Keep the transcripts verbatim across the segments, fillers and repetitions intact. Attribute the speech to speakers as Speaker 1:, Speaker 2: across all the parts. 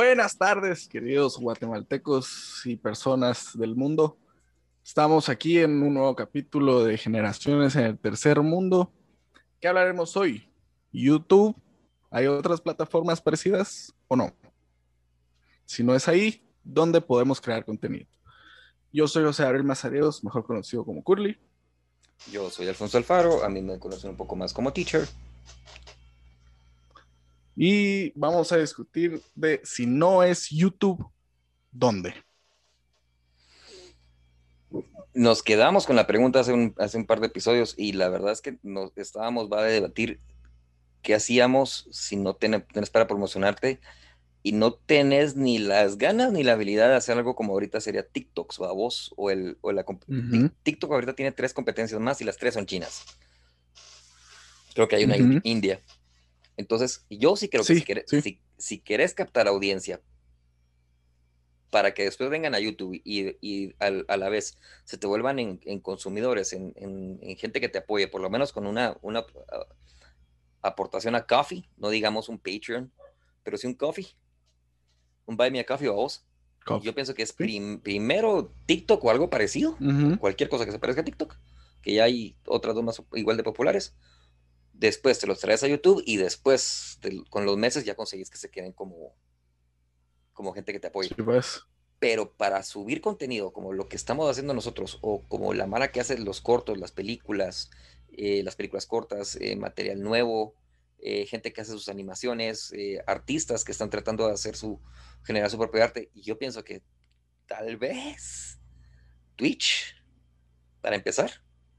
Speaker 1: Buenas tardes, queridos guatemaltecos y personas del mundo. Estamos aquí en un nuevo capítulo de Generaciones en el Tercer Mundo. ¿Qué hablaremos hoy? ¿YouTube? ¿Hay otras plataformas parecidas o no? Si no es ahí, ¿dónde podemos crear contenido? Yo soy José Abril Mazareos, mejor conocido como Curly.
Speaker 2: Yo soy Alfonso Alfaro, a mí me conocen un poco más como teacher.
Speaker 1: Y vamos a discutir de si no es YouTube, ¿dónde?
Speaker 2: Nos quedamos con la pregunta hace un, hace un par de episodios y la verdad es que nos estábamos, va a debatir qué hacíamos si no ten- tenés para promocionarte y no tenés ni las ganas ni la habilidad de hacer algo como ahorita sería TikToks, ¿va vos? O, el, o la, comp- Tik-
Speaker 1: Ujú,
Speaker 2: TikTok ahorita tiene tres competencias más y las tres son chinas. Creo que hay una in-
Speaker 1: ujú.
Speaker 2: India. Entonces, yo sí creo que si
Speaker 1: Sí,
Speaker 2: querés,
Speaker 1: sí.
Speaker 2: si, si querés captar audiencia para que después vengan a YouTube y, y al- a la vez se te vuelvan en, en consumidores, en, en- en gente que te apoye, por lo menos con una, una uh, aportación a Coffee, no digamos un Patreon, pero sí un Coffee, un Buy Me a Coffee o a vos. Yo
Speaker 1: Coffee.
Speaker 2: pienso que es
Speaker 1: Sí.
Speaker 2: prim- primero TikTok o algo parecido,
Speaker 1: Ujú.
Speaker 2: cualquier cosa que se parezca a TikTok, que ya hay otras dos más igual de populares. Después te los traes a YouTube y después de- con los meses ya conseguís que se queden como, como gente que te apoye.
Speaker 1: Sí, pues.
Speaker 2: Pero para subir contenido como lo que estamos haciendo nosotros o como la Mara que hace los cortos, las películas, eh, las películas cortas, eh, material nuevo, eh, gente que hace sus animaciones, eh, artistas que están tratando de hacer su, generar su propio arte. Y yo pienso que tal vez Twitch, para empezar.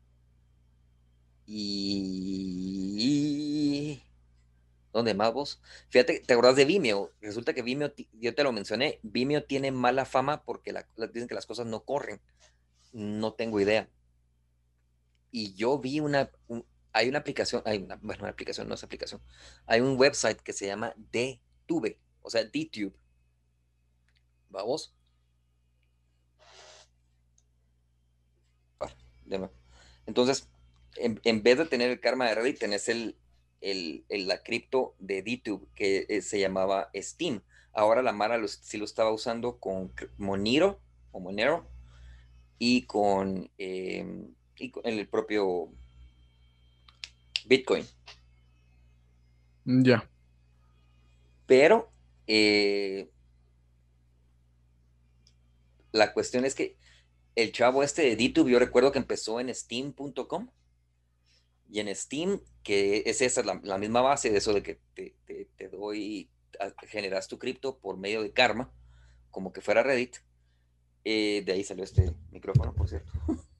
Speaker 2: Y... ¿Dónde más vos? Fíjate, ¿te acordás de Vimeo? Resulta que Vimeo, yo te lo mencioné, Vimeo tiene mala fama porque la, dicen que las cosas no corren. No tengo idea. Y yo vi una, un- hay una aplicación, hay una, bueno, una aplicación, no es aplicación, hay un website que se llama DTube, o sea, DTube, vamos, ah, de nuevo. Entonces, en, en vez de tener el karma de Reddit, tenés el, el, el- la cripto de DTube que eh, se llamaba Steam. Ahora la Mara lo, sí lo estaba usando con Monero o Monero y con, eh, y con el propio Bitcoin.
Speaker 1: Ya.
Speaker 2: Pero eh, la cuestión es que el chavo este de DTube, yo recuerdo que empezó en steam punto com y en Steam, que es esa la, la misma base de eso de que te, te, te doy, a- generas tu cripto por medio de Karma, como que fuera Reddit. Eh, de ahí salió este micrófono, por cierto.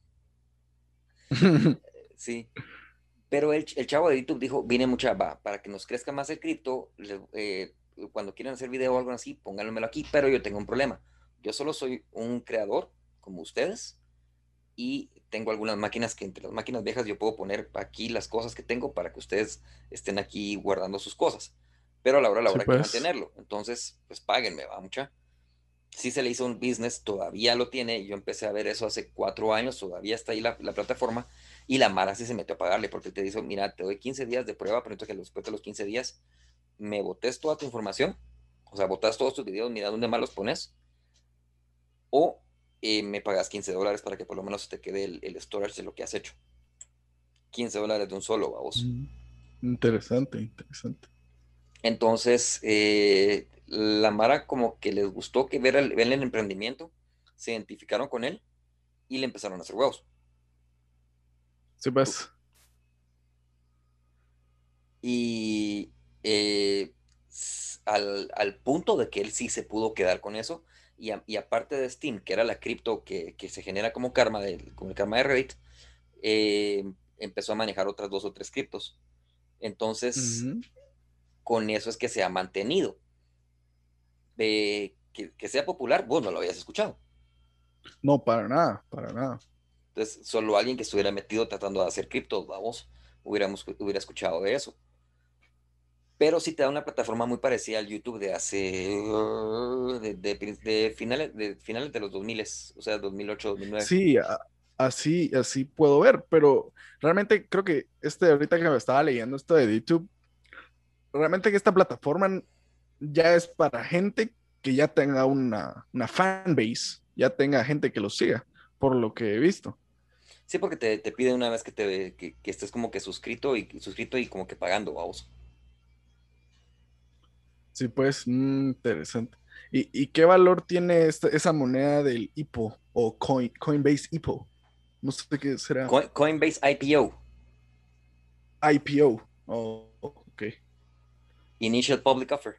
Speaker 2: Sí, pero el, el chavo de YouTube dijo, vine mucha, va, para que nos crezca más el cripto, le- eh, cuando quieran hacer video o algo así, pónganmelo aquí, pero yo tengo un problema. Yo solo soy un creador, como ustedes, y tengo algunas máquinas que entre las máquinas viejas yo puedo poner aquí las cosas que tengo para que ustedes estén aquí guardando sus cosas. Pero a la hora a la
Speaker 1: Sí,
Speaker 2: hora hay que
Speaker 1: pues.
Speaker 2: mantenerlo. Entonces, pues páguenme, va mucha. Si se le hizo un business, todavía lo tiene. Yo empecé a ver eso hace cuatro años, todavía está ahí la, la plataforma. Y la Mara sí se metió a pagarle porque te dice, mira, te doy quince días de prueba, pero entonces que después de los quince días me botes toda tu información. O sea, botas todos tus videos, mira dónde más los pones o eh, me pagas quince dólares para que por lo menos te quede el, el storage de lo que has hecho. Quince dólares de un solo, vamos.
Speaker 1: Mm, Interesante, interesante.
Speaker 2: Entonces, eh, la Mara como que les gustó que ver el, ver el emprendimiento, se identificaron con él y le empezaron a hacer huevos.
Speaker 1: Sí, pues.
Speaker 2: Y eh, al, al, punto de que él sí se pudo quedar con eso. Y, a, y aparte de Steam, que era la cripto que, que, se genera como karma, de, como el karma de Reddit, eh, empezó a manejar otras dos o tres criptos. Entonces,
Speaker 1: Ujú.
Speaker 2: con eso es que se ha mantenido. Eh, que, que, sea popular, vos no lo habías escuchado.
Speaker 1: No, para nada, para nada.
Speaker 2: Entonces, solo alguien que estuviera metido tratando de hacer criptos, vamos, hubiéramos, hubiera escuchado de eso. Pero sí te da una plataforma muy parecida al YouTube de hace, uh, de, de, de finales, de finales de los dos mil, o sea, dos mil ocho, dos mil nueve.
Speaker 1: Sí, a- así, así puedo ver, pero realmente creo que este, ahorita que me estaba leyendo esto de YouTube, realmente que esta plataforma ya es para gente. que ya tenga una, una fanbase, ya tenga gente que lo siga, por lo que he visto.
Speaker 2: Sí, porque te, te pide una vez que, te, que, que estés como que suscrito y suscrito y como que pagando, vamos.
Speaker 1: Sí, pues, mm, interesante. ¿Y, y qué valor tiene esta- esa moneda del I P O o Coin, Coinbase I P O? No sé qué será.
Speaker 2: Coin- Coinbase I P O,
Speaker 1: I P O. Oh, ok.
Speaker 2: Initial Public Offer,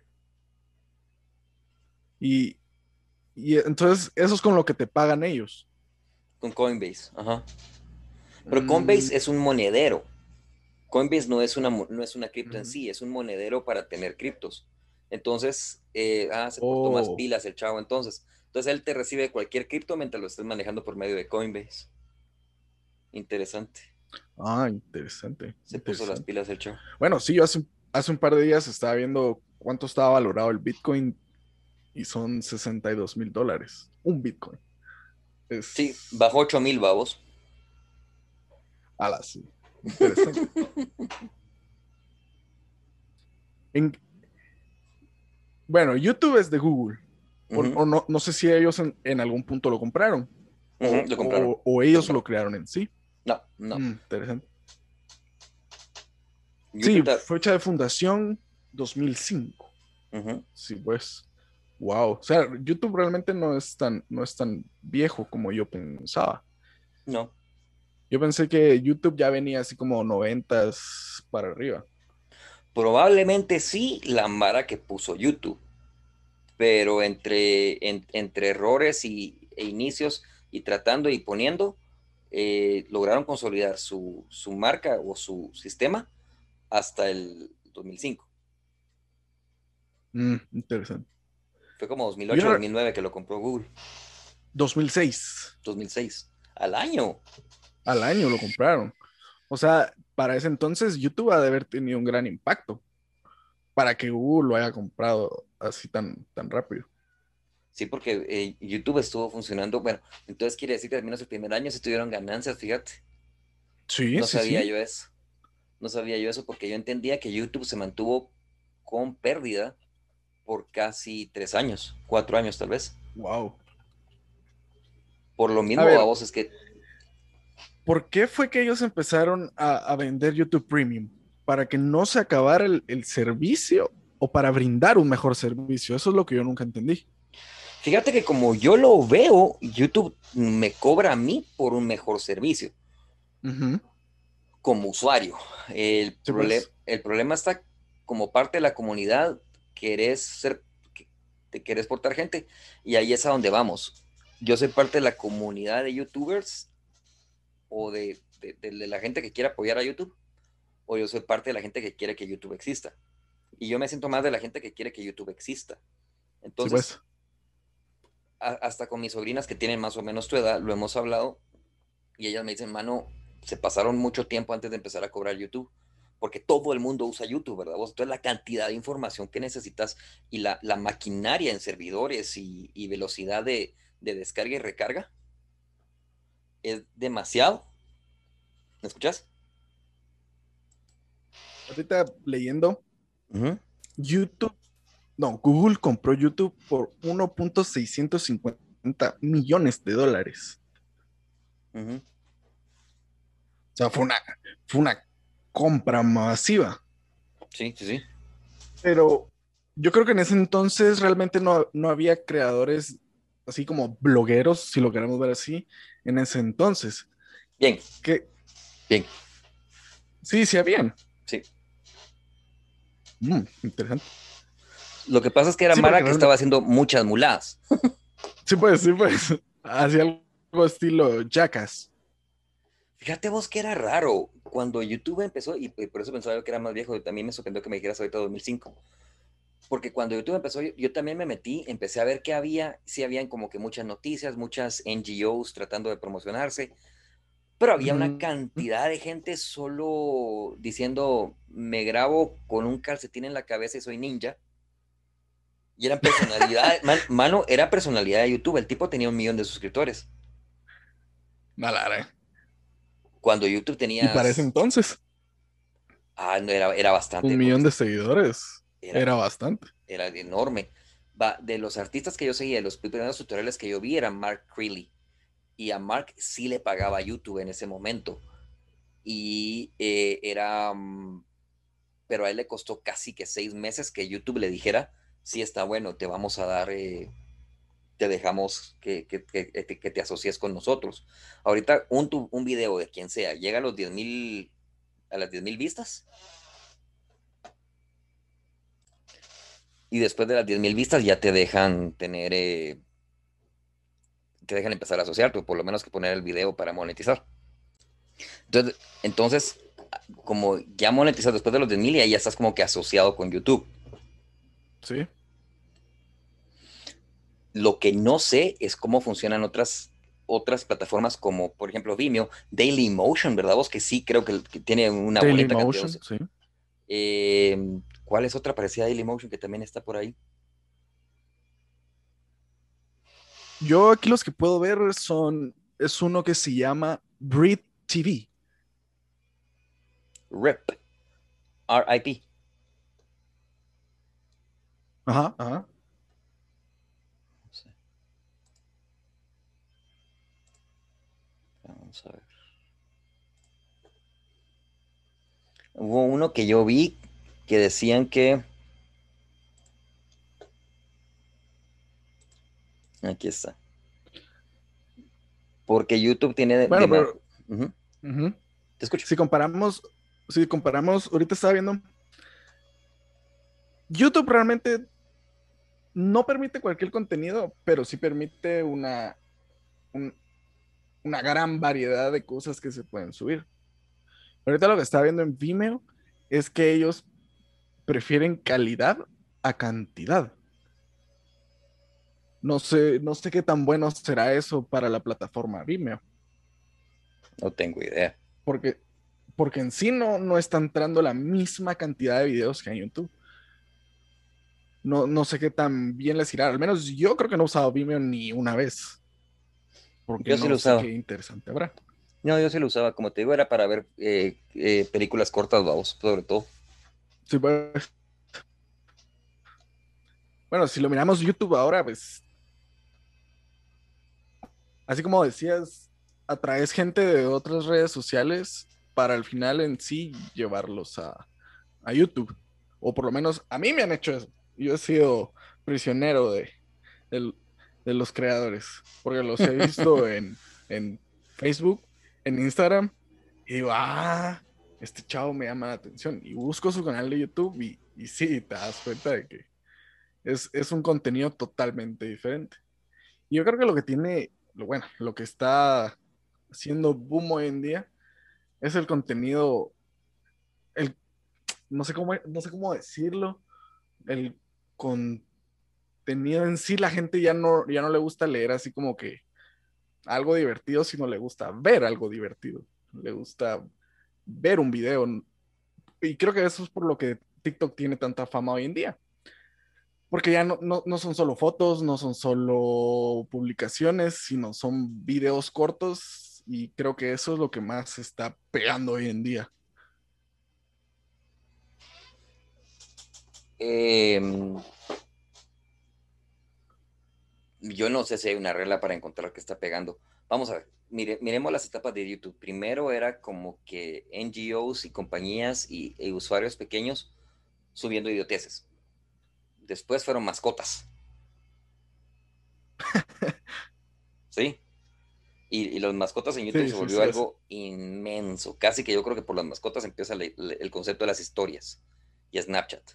Speaker 1: Y, y entonces, eso es con lo que te pagan ellos.
Speaker 2: con Coinbase, ajá. Pero
Speaker 1: Mm,
Speaker 2: Coinbase es un monedero. Coinbase no es una, mo- no es una cripto en
Speaker 1: ujú.
Speaker 2: sí, es un monedero para tener criptos. Entonces, eh, ah, se portó más
Speaker 1: Oh,
Speaker 2: pilas el chavo entonces. Entonces él te recibe cualquier cripto mientras lo estés manejando por medio de Coinbase. Interesante.
Speaker 1: ah, interesante,
Speaker 2: Se puso las
Speaker 1: interesante.
Speaker 2: pilas el chavo.
Speaker 1: Bueno, sí, yo hace, hace un par de días estaba viendo cuánto estaba valorado el Bitcoin y son sesenta y dos mil dólares. Un Bitcoin.
Speaker 2: Sí,
Speaker 1: Es,
Speaker 2: bajó ocho mil babos.
Speaker 1: ala, sí, interesante. En, bueno, YouTube es de Google. O,
Speaker 2: Ujú,
Speaker 1: o no, no sé si ellos en, en algún punto lo compraron
Speaker 2: ujú,
Speaker 1: o,
Speaker 2: lo compraron.
Speaker 1: o- o
Speaker 2: Lo
Speaker 1: ellos lo
Speaker 2: compraron.
Speaker 1: crearon en sí.
Speaker 2: No, no.
Speaker 1: Mm, interesante. Sí,
Speaker 2: YouTube ta-
Speaker 1: fecha de fundación dos mil cinco.
Speaker 2: ujú,
Speaker 1: Sí, pues. Wow. O sea, YouTube realmente no es tan, no es tan viejo como yo pensaba.
Speaker 2: no.
Speaker 1: Yo pensé que YouTube ya venía así como noventas para arriba.
Speaker 2: Probablemente sí la mara que puso YouTube, pero entre, en- entre errores y, e inicios y tratando y poniendo, eh, lograron consolidar su, su marca o su sistema hasta el dos mil cinco.
Speaker 1: Mm, interesante.
Speaker 2: Fue como dos dos mil
Speaker 1: Y
Speaker 2: ocho
Speaker 1: ahora,
Speaker 2: dos mil nueve que lo compró Google.
Speaker 1: dos mil seis,
Speaker 2: Dos mil seis. Al año.
Speaker 1: al año lo compraron. O sea, para ese entonces YouTube ha de haber tenido un gran impacto para que Google lo haya comprado así tan, tan rápido.
Speaker 2: Sí, porque eh, YouTube estuvo funcionando. Bueno, entonces quiere decir que al menos el primer año se tuvieron ganancias, fíjate.
Speaker 1: Sí,
Speaker 2: No
Speaker 1: sí,
Speaker 2: sabía
Speaker 1: sí.
Speaker 2: yo eso. No sabía yo eso porque yo entendía que YouTube se mantuvo con pérdida por casi tres años, cuatro años tal vez.
Speaker 1: Wow.
Speaker 2: Por lo
Speaker 1: A
Speaker 2: mismo, a
Speaker 1: ver,
Speaker 2: vos es que,
Speaker 1: ¿por qué fue que ellos empezaron a, a vender YouTube Premium? ¿Para que no se acabara el, el servicio o para brindar un mejor servicio? Eso es lo que yo nunca entendí.
Speaker 2: fíjate que como yo lo veo, YouTube me cobra a mí por un mejor servicio
Speaker 1: Ujú.
Speaker 2: como usuario. El,
Speaker 1: Sí,
Speaker 2: prole-
Speaker 1: pues.
Speaker 2: el problema está como parte de la comunidad, querés ser, que- te querés portar gente y ahí es a donde vamos. Yo soy parte de la comunidad de YouTubers o de, de, de- de la gente que quiere apoyar a YouTube, o yo soy parte de la gente que quiere que YouTube exista. Y yo me siento más de la gente que quiere que YouTube exista.
Speaker 1: Sí,
Speaker 2: Entonces,
Speaker 1: pues.
Speaker 2: a- hasta con mis sobrinas que tienen más o menos tu edad, lo hemos hablado y ellas me dicen, mano, se pasaron mucho tiempo antes de empezar a cobrar YouTube, porque todo el mundo usa YouTube, ¿verdad? Vos, entonces la cantidad de información que necesitas y la, la maquinaria en servidores y, y velocidad de, de descarga y recarga es demasiado. ¿Me escuchas?
Speaker 1: Ahorita leyendo,
Speaker 2: Ujú,
Speaker 1: YouTube, no, Google compró YouTube por uno punto seiscientos cincuenta millones de dólares.
Speaker 2: ujú.
Speaker 1: O sea, fue una, fue una compra masiva.
Speaker 2: Sí, sí, sí.
Speaker 1: Pero yo creo que en ese entonces realmente no, no había creadores así como blogueros, si lo queremos ver así, en ese entonces.
Speaker 2: Bien,
Speaker 1: Que
Speaker 2: bien,
Speaker 1: sí, sí habían.
Speaker 2: sí.
Speaker 1: Mm, interesante.
Speaker 2: Lo que pasa es que era
Speaker 1: Sí, porque
Speaker 2: Mara que estaba
Speaker 1: realmente,
Speaker 2: haciendo muchas muladas.
Speaker 1: sí, pues, sí, pues, hacía algo estilo Jackass.
Speaker 2: Fíjate vos que era raro cuando YouTube empezó, y por eso pensaba yo que era más viejo, y también me sorprendió que me dijeras ahorita dos mil cinco, porque cuando YouTube empezó, yo, yo también me metí, empecé a ver que había, sí habían como que muchas noticias, muchas N G Os tratando de promocionarse, pero había una
Speaker 1: Ujú.
Speaker 2: cantidad de gente solo diciendo, me grabo con un calcetín en la cabeza y soy ninja, y eran personalidades, man, mano, era personalidad de YouTube, el tipo tenía un millón de suscriptores,
Speaker 1: Malara.
Speaker 2: cuando YouTube
Speaker 1: Y para
Speaker 2: tenías,
Speaker 1: ese entonces,
Speaker 2: ah, no, era, era
Speaker 1: un
Speaker 2: bastante, porque
Speaker 1: millón de seguidores
Speaker 2: era
Speaker 1: era bastante.
Speaker 2: era enorme. Va, de los artistas que yo seguía, de los primeros tutoriales que yo vi era Mark Creeley. Y a Mark sí le pagaba YouTube en ese momento. Y eh, era, um, pero a él le costó casi que seis meses que YouTube le dijera, sí está bueno, te vamos a dar, eh, te dejamos que, que, que, que, te asocies con nosotros. Ahorita un, un video de quien sea llega a los diez mil, a las diez mil vistas. Y después de las diez mil vistas ya te dejan tener, eh, te dejan empezar a asociarte, o por lo menos que poner el video para monetizar. Entonces, entonces como ya monetizas después de los diez mil, y ahí ya estás como que asociado con YouTube.
Speaker 1: Sí.
Speaker 2: Lo que no sé es cómo funcionan otras, otras plataformas como, por ejemplo, Vimeo, Dailymotion, ¿verdad? Vos que sí creo que, que tiene una bonita cantidad.
Speaker 1: Dailymotion, sí.
Speaker 2: Eh, ¿Cuál es otra parecida a Dailymotion que también está por ahí?
Speaker 1: Yo aquí los que puedo ver son, es uno que se llama Breed T V.
Speaker 2: R I P. R I P.
Speaker 1: Ajá, ajá.
Speaker 2: Vamos a ver. Hubo uno que yo vi que decían que... Aquí está. Porque YouTube tiene de, de
Speaker 1: Bueno,
Speaker 2: más...
Speaker 1: pero
Speaker 2: Uh-huh.
Speaker 1: uh-huh.
Speaker 2: Te escucho.
Speaker 1: Si comparamos, si comparamos, ahorita estaba viendo, YouTube realmente no permite cualquier contenido, pero sí permite una, un- una gran variedad de cosas que se pueden subir. Ahorita lo que estaba viendo en Vimeo es que ellos prefieren calidad a cantidad. No sé, no sé qué tan bueno será eso para la plataforma Vimeo,
Speaker 2: No tengo idea.
Speaker 1: porque, porque en sí no, no está entrando la misma cantidad de videos que en YouTube. No, no sé qué tan bien les irá. Al menos yo creo que no he usado Vimeo ni una vez, porque
Speaker 2: Yo sí
Speaker 1: no
Speaker 2: lo
Speaker 1: sé qué
Speaker 2: usaba.
Speaker 1: interesante habrá.
Speaker 2: No, yo sí lo usaba. Como te digo, era para ver eh, eh, películas cortas, vamos, sobre todo.
Speaker 1: Sí, pues, bueno, si lo miramos YouTube ahora, pues, así como decías, atraes gente de otras redes sociales para al final en sí llevarlos a, a YouTube. O por lo menos a mí me han hecho eso. Yo he sido prisionero de, del- de los creadores, porque los he visto en, en Facebook, en Instagram, y digo, ah, este chavo me llama la atención. Y busco su canal de YouTube y, y sí, te das cuenta de que es, es un contenido totalmente diferente. Y yo creo que lo que tiene, lo bueno, lo que está haciendo boom hoy en día es el contenido, el, no sé cómo, no sé cómo decirlo, el contenido en sí, la gente ya no, ya no le gusta leer así como que algo divertido, sino le gusta ver algo divertido. Le gusta ver un video. Y creo que eso es por lo que TikTok tiene tanta fama hoy en día. Porque ya no, no, no son solo fotos, no son solo publicaciones, sino son videos cortos. Y creo que eso es lo que más se está pegando hoy en día.
Speaker 2: Eh, yo no sé si hay una regla para encontrar qué está pegando. Vamos a ver, mire, miremos las etapas de YouTube. Primero era como que N G Os y compañías y, y usuarios pequeños subiendo idioteces. Después fueron mascotas, ¿sí? Y, y las mascotas en YouTube
Speaker 1: Sí,
Speaker 2: se
Speaker 1: sí,
Speaker 2: volvió
Speaker 1: sí. Es,
Speaker 2: algo inmenso. Casi que yo creo que por las mascotas empieza le- le- el concepto de las historias y Snapchat.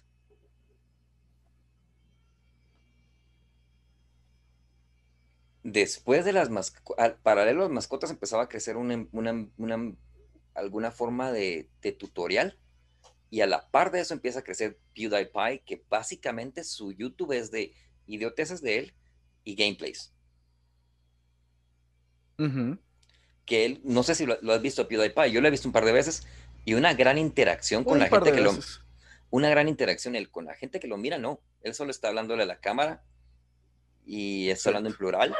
Speaker 2: Después de las mascotas, paralelo a las mascotas empezaba a crecer una, una, una- alguna forma de, de tutorial, y a la par de eso empieza a crecer PewDiePie, que básicamente su YouTube es de idioteces de él y gameplays.
Speaker 1: ujú.
Speaker 2: Que él, no sé si lo, lo has visto a PewDiePie, yo lo he visto un par de veces, y una gran interacción con
Speaker 1: Un
Speaker 2: la
Speaker 1: par
Speaker 2: gente
Speaker 1: de
Speaker 2: que lo,
Speaker 1: veces.
Speaker 2: una gran interacción él, con la gente que lo mira, no, él solo está hablándole a la cámara y está hablando en
Speaker 1: Cierto.
Speaker 2: plural,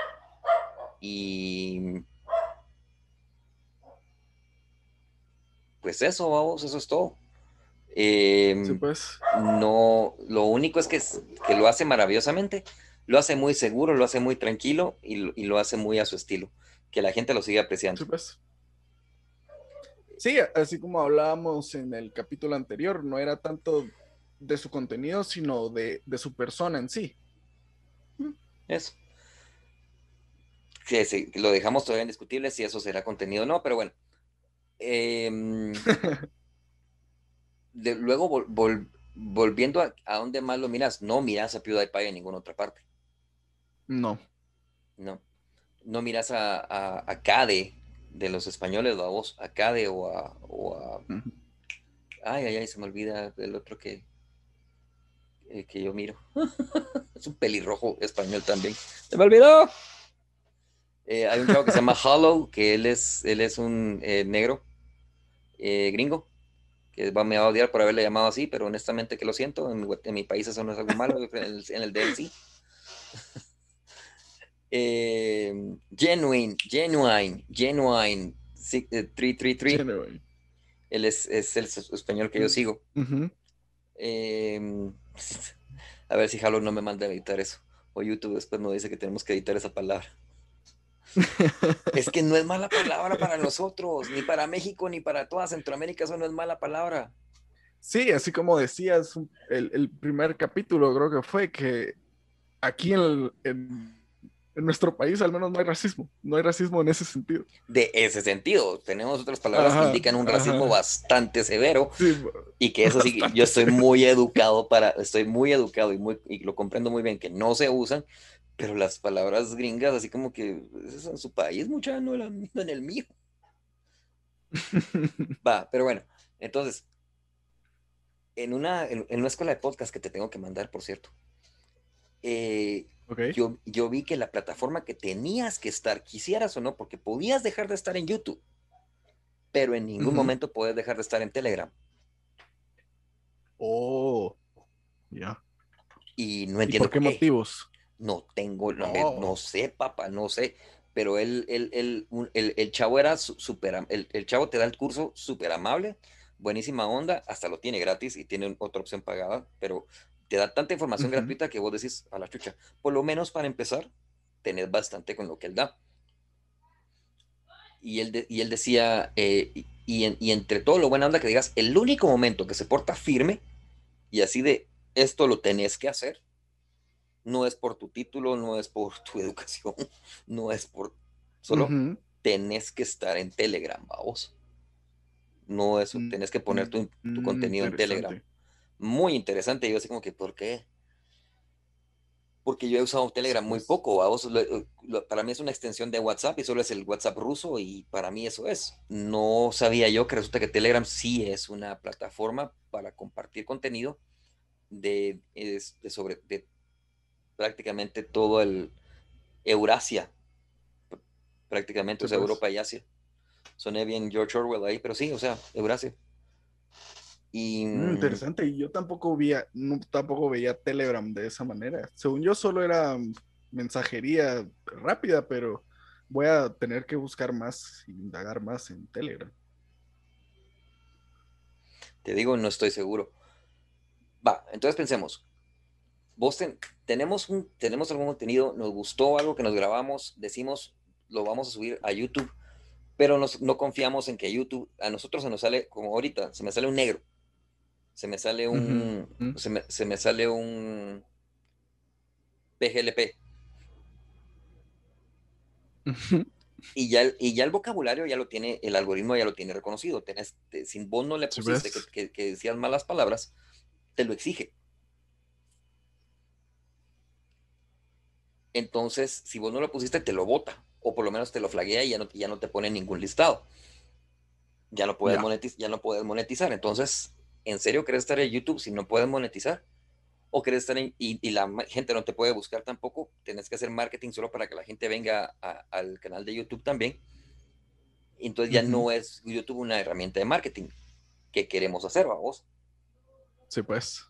Speaker 2: y pues eso, vamos, eso es todo. Eh,
Speaker 1: Sí, pues.
Speaker 2: no, lo único es que, es que lo hace maravillosamente, lo hace muy seguro, lo hace muy tranquilo y, lo- y lo hace muy a su estilo, que la gente lo sigue apreciando.
Speaker 1: Sí, pues. Sí, así como hablábamos en el capítulo anterior, no era tanto de su contenido, sino de, de su persona en sí.
Speaker 2: Mm, Eso. Que sí, lo dejamos todavía indiscutible si eso será contenido o no, pero bueno. Em, de- luego vol- vol- volviendo a, a dónde más lo miras, no miras a PewDiePie en ninguna otra parte,
Speaker 1: No.
Speaker 2: no. No miras a, a, a Cade de los españoles, la voz, a Cade o a, o a-
Speaker 1: Ujú.
Speaker 2: Ay, ay, ay, se me olvida el otro que, eh, que yo miro. Es un pelirrojo español también. ¡Se me olvidó! Eh, hay un chavo que se llama Hollow, que él es, él es un eh, negro eh, gringo, que va, me va a odiar por haberle llamado así, pero honestamente que lo siento, en mi, en mi país eso no es algo malo, en el, en el de él sí. Eh, Genuine, Genuine, Genuine, sí, eh, trescientos treinta y tres,
Speaker 1: Genuine.
Speaker 2: él es, es el español que yo sigo.
Speaker 1: Ujú.
Speaker 2: Eh, a ver si Halo no me manda a editar eso, o YouTube después nos dice que tenemos que editar esa palabra. Es que no es mala palabra para nosotros, ni para México, ni para toda Centroamérica, eso no es mala palabra.
Speaker 1: Sí, así como decías, un- el, el primer capítulo creo que fue que aquí en, el- en, en nuestro país al menos no hay racismo, no hay racismo en ese sentido.
Speaker 2: De ese sentido, tenemos otras palabras que
Speaker 1: Ajá,
Speaker 2: indican un racismo
Speaker 1: ajá,
Speaker 2: bastante severo
Speaker 1: sí,
Speaker 2: y que eso sí, yo
Speaker 1: bastante, sí.
Speaker 2: estoy muy educado para, estoy muy educado y, muy, y lo comprendo muy bien que no se usan, pero las palabras gringas, así como que eso es en su país, mucha, no, la- no en el mío. Va, pero bueno, entonces, en una, en, en una escuela de podcast que te tengo que mandar, por cierto, eh,
Speaker 1: Ok.
Speaker 2: yo, yo vi que la plataforma que tenías que estar, quisieras o no, porque podías dejar de estar en YouTube, pero en ningún
Speaker 1: Ujú.
Speaker 2: momento puedes dejar de estar en Telegram.
Speaker 1: Oh, ya.
Speaker 2: Y no
Speaker 1: ¿Y
Speaker 2: entiendo
Speaker 1: por qué
Speaker 2: por qué.
Speaker 1: motivos?
Speaker 2: No tengo, no, me- no
Speaker 1: Oh.
Speaker 2: sé, papá, no sé. Pero él, él- él- un- el, el chavo era su- súper, am- el, el chavo te da el curso súper amable, buenísima onda, hasta lo tiene gratis y tiene otra opción pagada, pero te da tanta información
Speaker 1: Ujú.
Speaker 2: gratuita que vos decís a la chucha. Por lo menos para empezar, tenés bastante con lo que él da. Y él, de- y él decía, eh, y, y en- y entre todo lo buena onda que digas, el único momento que se porta firme y así de esto lo tenés que hacer, no es por tu título, no es por tu educación, no es por... Solo
Speaker 1: Ujú.
Speaker 2: tenés que estar en Telegram, vamos. No eso,
Speaker 1: Mm,
Speaker 2: tenés que poner
Speaker 1: mm,
Speaker 2: tu, tu
Speaker 1: mm,
Speaker 2: contenido en Telegram.
Speaker 1: interesante.
Speaker 2: Muy interesante. Y yo así como que, ¿por qué? Porque yo he usado
Speaker 1: Sí,
Speaker 2: Telegram muy
Speaker 1: pues.
Speaker 2: poco, vamos. Lo- lo- para mí es una extensión de WhatsApp y solo es el WhatsApp ruso y para mí eso es. No sabía yo que resulta que Telegram sí es una plataforma para compartir contenido de, es- de sobre de prácticamente todo el Eurasia, prácticamente, o
Speaker 1: Sí,
Speaker 2: sea,
Speaker 1: pues.
Speaker 2: Europa y Asia. Soné bien George Orwell ahí, pero sí, o sea, Eurasia. Y
Speaker 1: Mm,
Speaker 2: mm,
Speaker 1: interesante. Y yo tampoco veía, no, tampoco veía Telegram de esa manera. Según yo, solo era mm, mensajería rápida, pero voy a tener que buscar más, indagar más en Telegram.
Speaker 2: te digo, no estoy seguro. Va, entonces pensemos, vos ten- tenemos, un, tenemos algún contenido, nos gustó algo que nos grabamos, decimos, lo vamos a subir a YouTube, pero nos- no confiamos en que YouTube, a nosotros se nos sale, como ahorita, se me sale un negro, se me sale
Speaker 1: Ujú,
Speaker 2: un, se me, se me sale un P G L P.
Speaker 1: ujú.
Speaker 2: Y ya, el, y ya el vocabulario ya lo tiene, el algoritmo ya lo tiene reconocido. Tenés, te- si vos no le
Speaker 1: Sí,
Speaker 2: pusiste que,
Speaker 1: pues.
Speaker 2: que, que decías malas palabras, te lo exige. Entonces, si vos no lo pusiste, te lo bota. O por lo menos te lo flaguea y ya no, ya no te pone ningún listado. Ya no puedes
Speaker 1: Ya.
Speaker 2: monetizar, ya no puedes monetizar. Entonces, ¿en serio querés estar en YouTube si no puedes monetizar? ¿O querés estar en, y, y la ma- gente no te puede buscar tampoco? Tenés que hacer marketing solo para que la gente venga a- al canal de YouTube también. Entonces ya
Speaker 1: Ujú.
Speaker 2: no es YouTube una herramienta de marketing. ¿Qué queremos hacer, vamos?
Speaker 1: Sí, pues.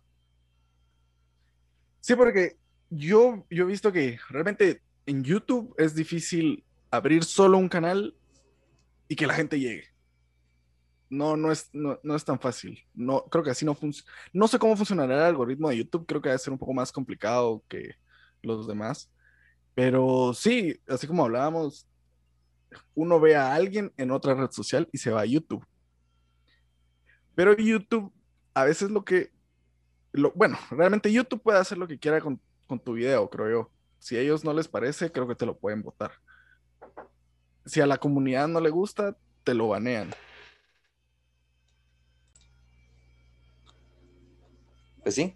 Speaker 1: Sí, porque yo, yo he visto que realmente en YouTube es difícil abrir solo un canal y que la gente llegue. no, no es, no, no es tan fácil. No, creo que así no funciona. No sé cómo funcionará el algoritmo de YouTube, creo que debe ser un poco más complicado que los demás. Pero sí, así como hablábamos, uno ve a alguien en otra red social y se va a YouTube. Pero YouTube, a veces lo que, lo, bueno, realmente YouTube puede hacer lo que quiera con, con tu video, creo yo. Si a ellos no les parece, creo que te lo pueden votar. Si a la comunidad no le gusta, te lo banean.
Speaker 2: Pues sí,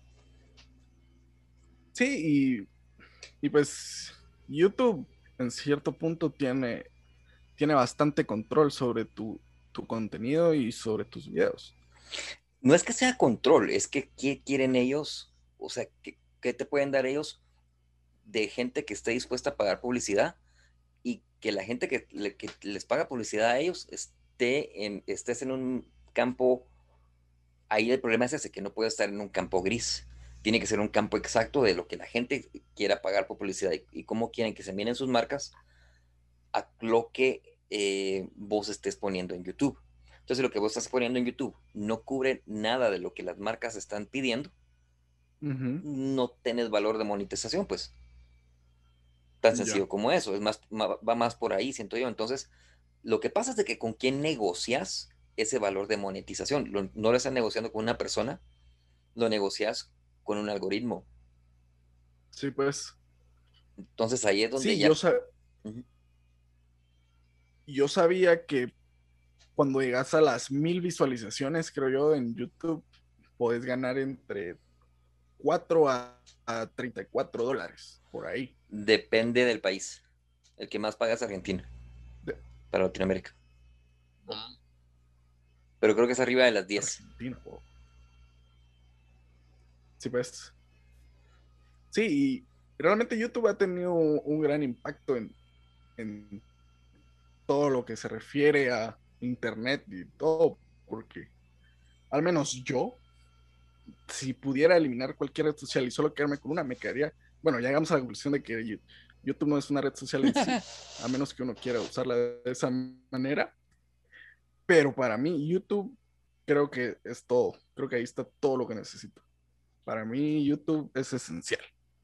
Speaker 1: Sí, y, y pues YouTube en cierto punto tiene, tiene bastante control sobre tu, tu contenido y sobre tus videos.
Speaker 2: no es que sea control, es que ¿qué quieren ellos? O sea, ¿qué, qué te pueden dar ellos de gente que esté dispuesta a pagar publicidad y que la gente que, le- que les paga publicidad a ellos esté en, estés en un campo? Ahí el problema es ese, que no puede estar en un campo gris. Tiene que ser un campo exacto de lo que la gente quiera pagar por publicidad y, y cómo quieren que se miren sus marcas a lo que eh, vos estés poniendo en YouTube. Entonces, lo que vos estás poniendo en YouTube no cubre nada de lo que las marcas están pidiendo,
Speaker 1: Ujú.
Speaker 2: no tenés valor de monetización, pues tan
Speaker 1: Ya.
Speaker 2: sencillo como eso. Es más, va más por ahí, siento yo. Entonces, lo que pasa es de que con quién negocias ese valor de monetización. Lo- no lo estás negociando con una persona, lo negocias con un algoritmo.
Speaker 1: Sí, pues.
Speaker 2: Entonces ahí es donde
Speaker 1: Sí,
Speaker 2: ya...
Speaker 1: yo, sa-
Speaker 2: Ujú.
Speaker 1: yo sabía que cuando llegas a las mil visualizaciones, creo yo, en YouTube, podés ganar entre cuatro a, a treinta y cuatro dólares por ahí.
Speaker 2: Depende del país. El que más paga es Argentina,
Speaker 1: De
Speaker 2: para Latinoamérica. Pero creo que es arriba de las diez.
Speaker 1: Argentina. Wow. Sí, pues. Sí, y realmente YouTube ha tenido un, un gran impacto en, en todo lo que se refiere a Internet y todo, porque al menos yo, si pudiera eliminar cualquier red social y solo quedarme con una, me quedaría, bueno, ya llegamos a la conclusión de que YouTube no es una red social en sí, a menos que uno quiera usarla de esa manera, pero para mí YouTube creo que es todo, creo que ahí está todo lo que necesito. Para mí YouTube es esencial.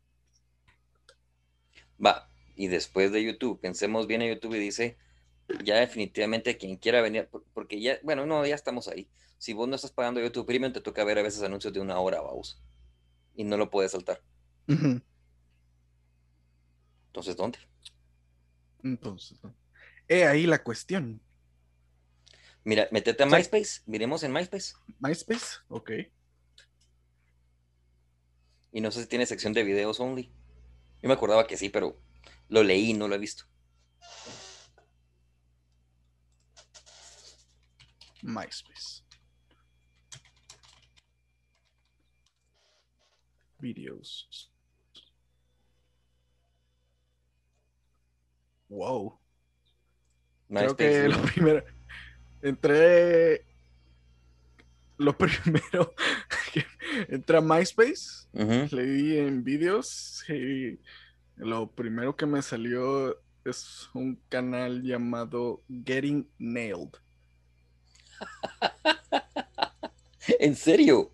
Speaker 2: Va, y después de YouTube, pensemos bien en YouTube y dice, ya definitivamente quien quiera venir, por- porque ya, bueno, no, ya estamos ahí. Si vos no estás pagando YouTube Premium, te toca ver a veces anuncios de una hora, vamos, y no lo puedes saltar.
Speaker 1: Ujú.
Speaker 2: Entonces, ¿dónde?
Speaker 1: Entonces, ¿no? He ahí la cuestión.
Speaker 2: Mira, metete a
Speaker 1: O sea,
Speaker 2: MySpace, miremos en MySpace,
Speaker 1: MySpace, ok.
Speaker 2: y no sé si tiene sección de videos only. Yo me acordaba que sí, pero lo leí, no lo he visto.
Speaker 1: MySpace. Videos. Wow. Creo
Speaker 2: MySpace
Speaker 1: que lo
Speaker 2: Video.
Speaker 1: primero, entré, lo primero que entré a MySpace,
Speaker 2: Ujú.
Speaker 1: le di en videos y lo primero que me salió es un canal llamado Getting Nailed.
Speaker 2: ¿En serio?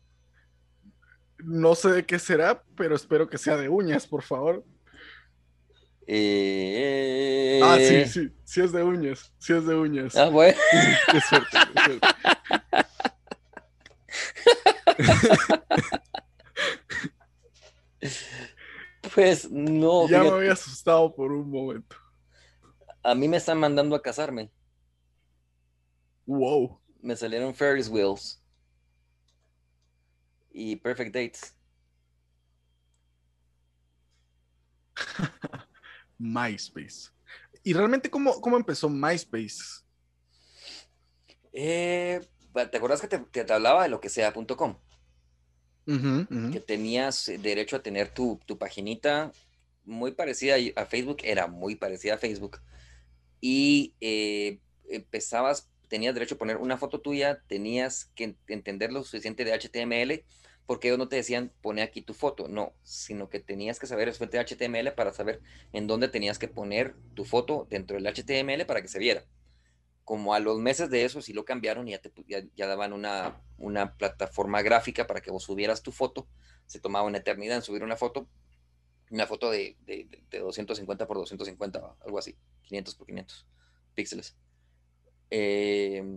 Speaker 1: No sé de qué será, pero espero que sea de uñas, por favor. Ah, sí,
Speaker 2: Eh...
Speaker 1: sí, sí es de uñas, sí es de uñas.
Speaker 2: Ah, bueno.
Speaker 1: Uf, qué suerte, qué suerte.
Speaker 2: Pues no,
Speaker 1: Ya me había
Speaker 2: fíjate.
Speaker 1: asustado por un momento.
Speaker 2: A mí me están mandando a casarme.
Speaker 1: Wow.
Speaker 2: Me salieron Ferris Wheels y Perfect Dates.
Speaker 1: MySpace. ¿Y realmente cómo, cómo empezó MySpace?
Speaker 2: Eh, ¿te acuerdas que te, te hablaba de lo que sea punto com?
Speaker 1: Ujú, ujú.
Speaker 2: Que tenías eh, derecho a tener tu, tu paginita muy parecida a Facebook, era muy parecida a Facebook. Y eh, empezabas, tenías derecho a poner una foto tuya, tenías que entender lo suficiente de H T M L, porque ellos no te decían pone aquí tu foto, no, sino que tenías que saber el suficiente de H T M L para saber en dónde tenías que poner tu foto dentro del H T M L para que se viera. como a los meses de eso sí lo cambiaron y ya, te, ya, ya daban una, una plataforma gráfica para que vos subieras tu foto. Se tomaba una eternidad en subir una foto, una foto de, de, de doscientos cincuenta por doscientos cincuenta, algo así, quinientos por quinientos píxeles. Eh,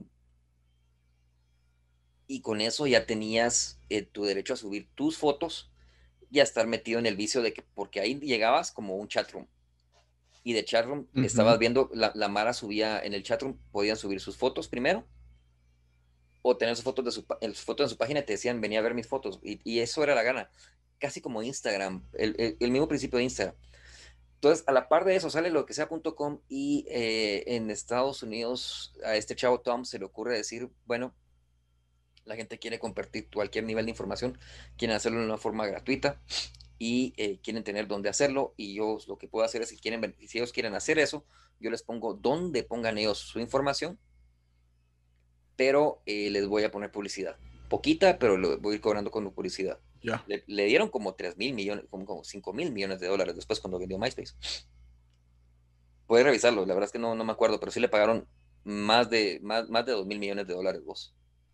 Speaker 2: y con eso ya tenías eh, tu derecho a subir tus fotos y a estar metido en el vicio de que, porque ahí llegabas como un chatroom. Y de chatroom
Speaker 1: Ujú.
Speaker 2: estabas viendo, la, la Mara subía en el chatroom, podían subir sus fotos primero o tener sus fotos, de su, sus fotos en su página y te decían, venía a ver mis fotos. Y, y eso era la gana. Casi como Instagram, el, el, el, mismo principio de Instagram. Entonces, a la par de eso sale lo que sea punto com y eh, en Estados Unidos a este chavo Tom se le ocurre decir, bueno, la gente quiere compartir cualquier nivel de información, quieren hacerlo de una forma gratuita y eh, quieren tener dónde hacerlo y yo lo que puedo hacer es, si, quieren, si ellos quieren hacer eso, yo les pongo dónde pongan ellos su información, pero eh, les voy a poner publicidad. Poquita, pero lo voy a ir cobrando con publicidad.
Speaker 1: Ya.
Speaker 2: Le, le dieron como tres mil millones, como, como cinco mil millones de dólares después cuando vendió MySpace. Puedes revisarlo, la verdad es que no, no me acuerdo, pero sí le pagaron más de, más, más de dos mil millones de dólares vos.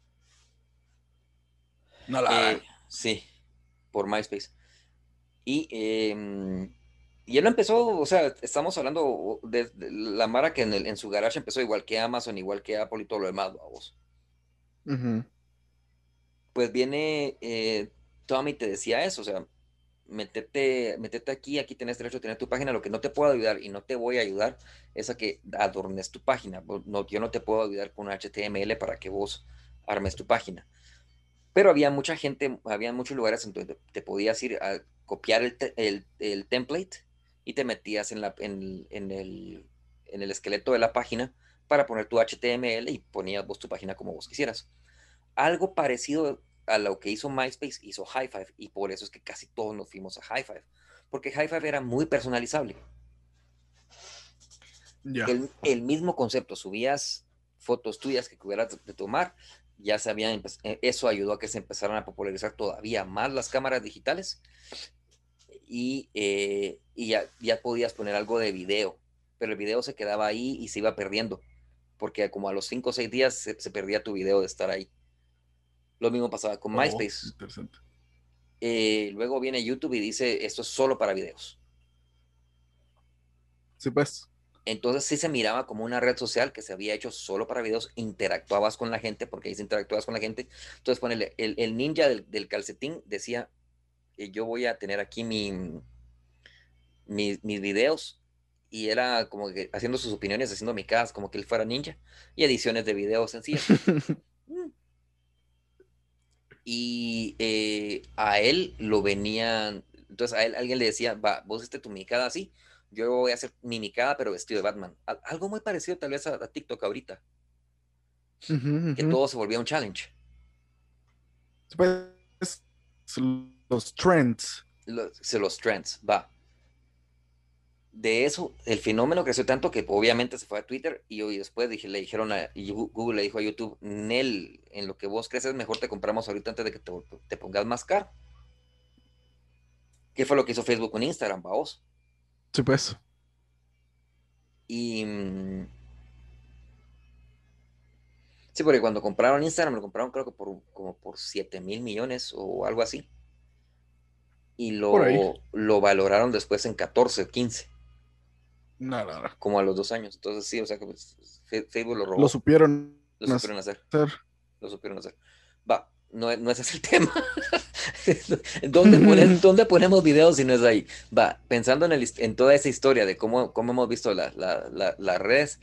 Speaker 1: No la
Speaker 2: Eh,
Speaker 1: hagan.
Speaker 2: sí, por MySpace. Y, eh, y él empezó, o sea, estamos hablando de, de la Mara que en, el, en su garage empezó igual que Amazon, igual que Apple y todo lo demás, vamos.
Speaker 1: Ujú.
Speaker 2: Pues viene eh, Tommy te decía eso, o sea, metete, metete aquí, aquí tenés derecho a tener tu página, lo que no te puedo ayudar y no te voy a ayudar es a que adornes tu página. No, yo no te puedo ayudar con H T M L para que vos armes tu página. Pero había mucha gente, había muchos lugares en donde te podías ir a copiar el, te, el, el template y te metías en, la, en, en, el, en el esqueleto de la página para poner tu H T M L y ponías vos tu página como vos quisieras. Algo parecido a lo que hizo MySpace hizo High Five y por eso es que casi todos nos fuimos a High Five, porque High Five era muy personalizable.
Speaker 1: Ya.
Speaker 2: El, el mismo concepto, subías fotos tuyas que pudieras de tomar, ya se habían, eso ayudó a que se empezaran a popularizar todavía más las cámaras digitales y, eh, y ya, ya podías poner algo de video, pero el video se quedaba ahí y se iba perdiendo, porque como a los cinco o seis días se, se perdía tu video de estar ahí. Lo mismo pasaba con
Speaker 1: Oh,
Speaker 2: MySpace.
Speaker 1: interesante.
Speaker 2: Eh, luego viene YouTube y dice, esto es solo para videos.
Speaker 1: Sí, pues.
Speaker 2: Entonces sí se miraba como una red social que se había hecho solo para videos, interactuabas con la gente, porque ahí se interactuabas con la gente. Entonces ponele, el, el ninja del, del calcetín decía, eh, yo voy a tener aquí mi, mi, mis videos, y era como que haciendo sus opiniones, haciendo micadas, como que él fuera ninja, y ediciones de videos sencillas. Mm. Y eh, a él lo venían, entonces a él alguien le decía, va, vos hiciste tu mimicada así, yo voy a hacer mi mimicada pero vestido de Batman. Al- algo muy parecido tal vez a, a TikTok ahorita,
Speaker 1: Ujú,
Speaker 2: que
Speaker 1: ujú.
Speaker 2: todo se volvía un challenge.
Speaker 1: Sí, pues, los trends.
Speaker 2: Los, se los trends, va. De eso, el fenómeno creció tanto que obviamente se fue a Twitter y, y después dije, le dijeron a y Google, le dijo a YouTube, Nel, en lo que vos creces, mejor te compramos ahorita antes de que te, te pongas más caro. ¿Qué fue lo que hizo Facebook con Instagram, vos?
Speaker 1: Sí, pues.
Speaker 2: Y mm, sí, porque cuando compraron Instagram, lo compraron creo que por como por siete mil millones o algo así. Y
Speaker 1: Por ahí.
Speaker 2: lo, lo valoraron después en catorce, quince,
Speaker 1: No, no, no.
Speaker 2: como a los dos años. Entonces sí, o sea que pues, Facebook lo
Speaker 1: Lo
Speaker 2: robó,
Speaker 1: supieron
Speaker 2: lo supieron hacer,
Speaker 1: hacer.
Speaker 2: lo supieron hacer. Va, no, no ese es el tema. ¿Dónde, pones, ¿Dónde ponemos videos si no es ahí? Va, pensando en, el, en toda esa historia de cómo, cómo hemos visto la, la, la, las redes,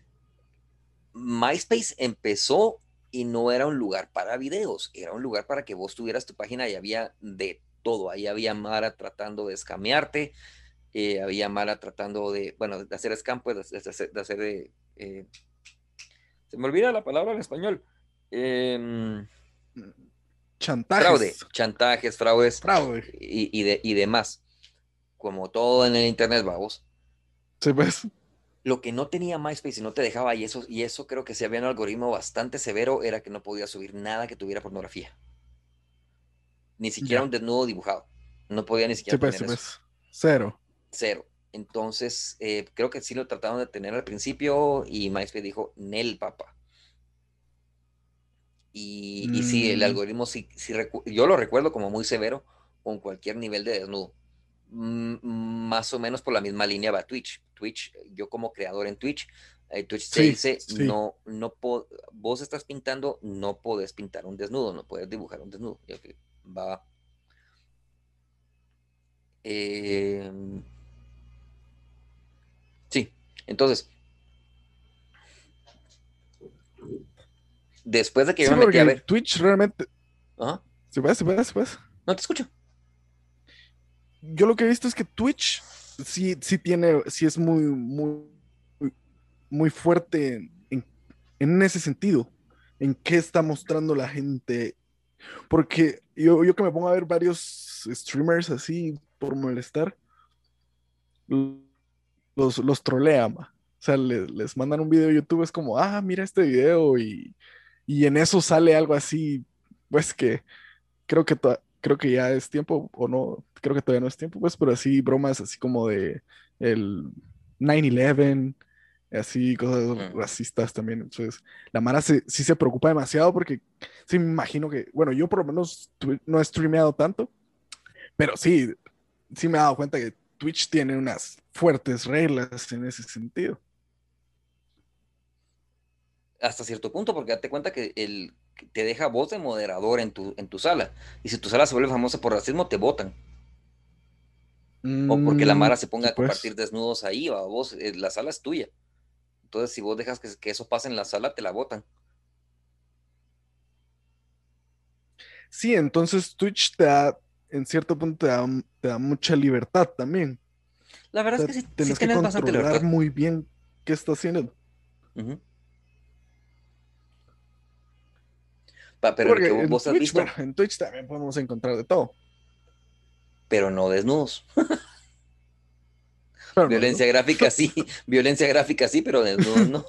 Speaker 2: MySpace empezó y no era un lugar para videos, era un lugar para que vos tuvieras tu página y había de todo. Ahí había Mara tratando de escamearte, eh, había Mara tratando de, bueno, de hacer scam, pues, de, de hacer, de hacer eh, eh, se me olvida la palabra en español. Eh, fraude,
Speaker 1: Chantajes.
Speaker 2: chantajes, fraudes
Speaker 1: Fraude.
Speaker 2: y, y, de, y demás, como todo en el internet, vamos.
Speaker 1: Sí, pues.
Speaker 2: Lo que no tenía MySpace y no te dejaba, y eso, y eso creo que si había un algoritmo bastante severo, era que no podías subir nada que tuviera pornografía. Ni siquiera
Speaker 1: Ya.
Speaker 2: un desnudo dibujado. No podía ni
Speaker 1: Sí,
Speaker 2: siquiera
Speaker 1: pues,
Speaker 2: tener
Speaker 1: sí,
Speaker 2: eso.
Speaker 1: pues. Cero.
Speaker 2: Cero. Entonces, eh, creo que sí lo trataron de tener al principio y MySpace dijo, Nel, papá. Y, y sí, el
Speaker 1: Mm,
Speaker 2: algoritmo sí, sí recu- yo lo recuerdo como muy severo con cualquier nivel de desnudo. Mm, más o menos por la misma línea va Twitch. Twitch, yo como creador en Twitch, eh, Twitch te
Speaker 1: sí,
Speaker 2: dice,
Speaker 1: sí.
Speaker 2: no, no po- vos estás pintando, no podés pintar un desnudo, no puedes dibujar un desnudo. Y ok, va. Eh, sí, entonces, después de que yo
Speaker 1: Sí,
Speaker 2: me metí a
Speaker 1: porque
Speaker 2: ver,
Speaker 1: Twitch realmente.
Speaker 2: ajá,
Speaker 1: ¿Se puede? ¿Se puede? ¿Se puede?
Speaker 2: no te escucho.
Speaker 1: Yo lo que he visto es que Twitch sí, sí tiene, sí es muy, muy, muy fuerte en, en ese sentido, en qué está mostrando la gente. Porque yo, yo que me pongo a ver varios streamers así por molestar, los, los trolea, ma. O sea, le- les mandan un video de YouTube, es como, ah, mira este video y, y en eso sale algo así, pues que creo que, to- creo que ya es tiempo, o no, creo que todavía no es tiempo, pues, pero así bromas así como de el nueve once, así cosas
Speaker 2: Mm.
Speaker 1: racistas también. Entonces, la Mara se- sí se preocupa demasiado porque sí me imagino que, bueno, yo por lo menos tu- no he streameado tanto, pero sí, sí me he dado cuenta que Twitch tiene unas fuertes reglas en ese sentido.
Speaker 2: Hasta cierto punto, porque date cuenta que el, que te deja voz de moderador en tu, en tu sala. Y si tu sala se vuelve famosa por racismo, te votan. O porque la
Speaker 1: Mm,
Speaker 2: Mara se ponga
Speaker 1: sí,
Speaker 2: a compartir
Speaker 1: pues.
Speaker 2: desnudos ahí, o a vos, eh, la sala es tuya. Entonces, si vos dejas que, que eso pase en la sala, te la votan.
Speaker 1: Sí, entonces Twitch te da, en cierto punto, te da, te da mucha libertad también.
Speaker 2: La
Speaker 1: O
Speaker 2: verdad es
Speaker 1: sea,
Speaker 2: que sí, sí
Speaker 1: tenés que
Speaker 2: tenés bastante
Speaker 1: controlar
Speaker 2: libertad.
Speaker 1: muy bien qué está haciendo.
Speaker 2: Ujú. Pa-
Speaker 1: Sí,
Speaker 2: pero el que
Speaker 1: porque
Speaker 2: vos,
Speaker 1: en
Speaker 2: vos has
Speaker 1: Twitch, bueno,
Speaker 2: visto,
Speaker 1: en Twitch también podemos encontrar de todo,
Speaker 2: pero no desnudos.
Speaker 1: pero no,
Speaker 2: Violencia
Speaker 1: ¿no?
Speaker 2: gráfica sí, violencia gráfica sí, pero desnudos no.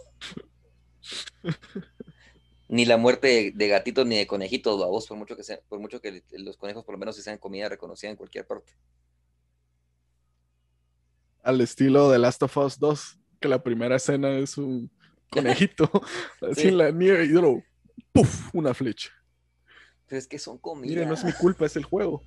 Speaker 2: Ni la muerte de, de gatitos ni de conejitos, babos, por mucho que sea, por mucho que los conejos por lo menos sí sean comida reconocida en cualquier parte.
Speaker 1: Al estilo de Last of Us dos, que la primera escena es un conejito así en
Speaker 2: Sí,
Speaker 1: la nieve y luego, ¡puf! Una flecha.
Speaker 2: pero es que son
Speaker 1: Mire, no
Speaker 2: comida.
Speaker 1: es mi culpa, es el juego.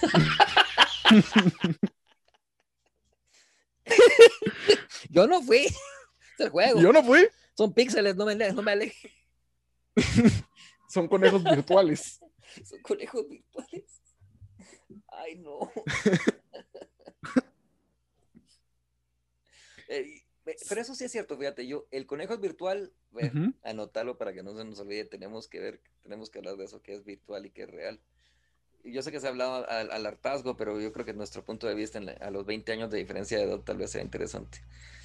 Speaker 2: Yo no fui, es el juego.
Speaker 1: Yo no fui,
Speaker 2: Son píxeles, no me, ale- no me alejes.
Speaker 1: son conejos virtuales.
Speaker 2: Son conejos virtuales. Ay, no. Eh, pero eso sí es cierto, fíjate, yo, el conejo es virtual, bueno,
Speaker 1: Ujú.
Speaker 2: anótalo para que no se nos olvide, tenemos que ver, tenemos que hablar de eso, que es virtual y que es real. Y yo sé que se ha hablado al, al hartazgo, pero yo creo que nuestro punto de vista en la- a los veinte años de diferencia de edad tal vez sea interesante.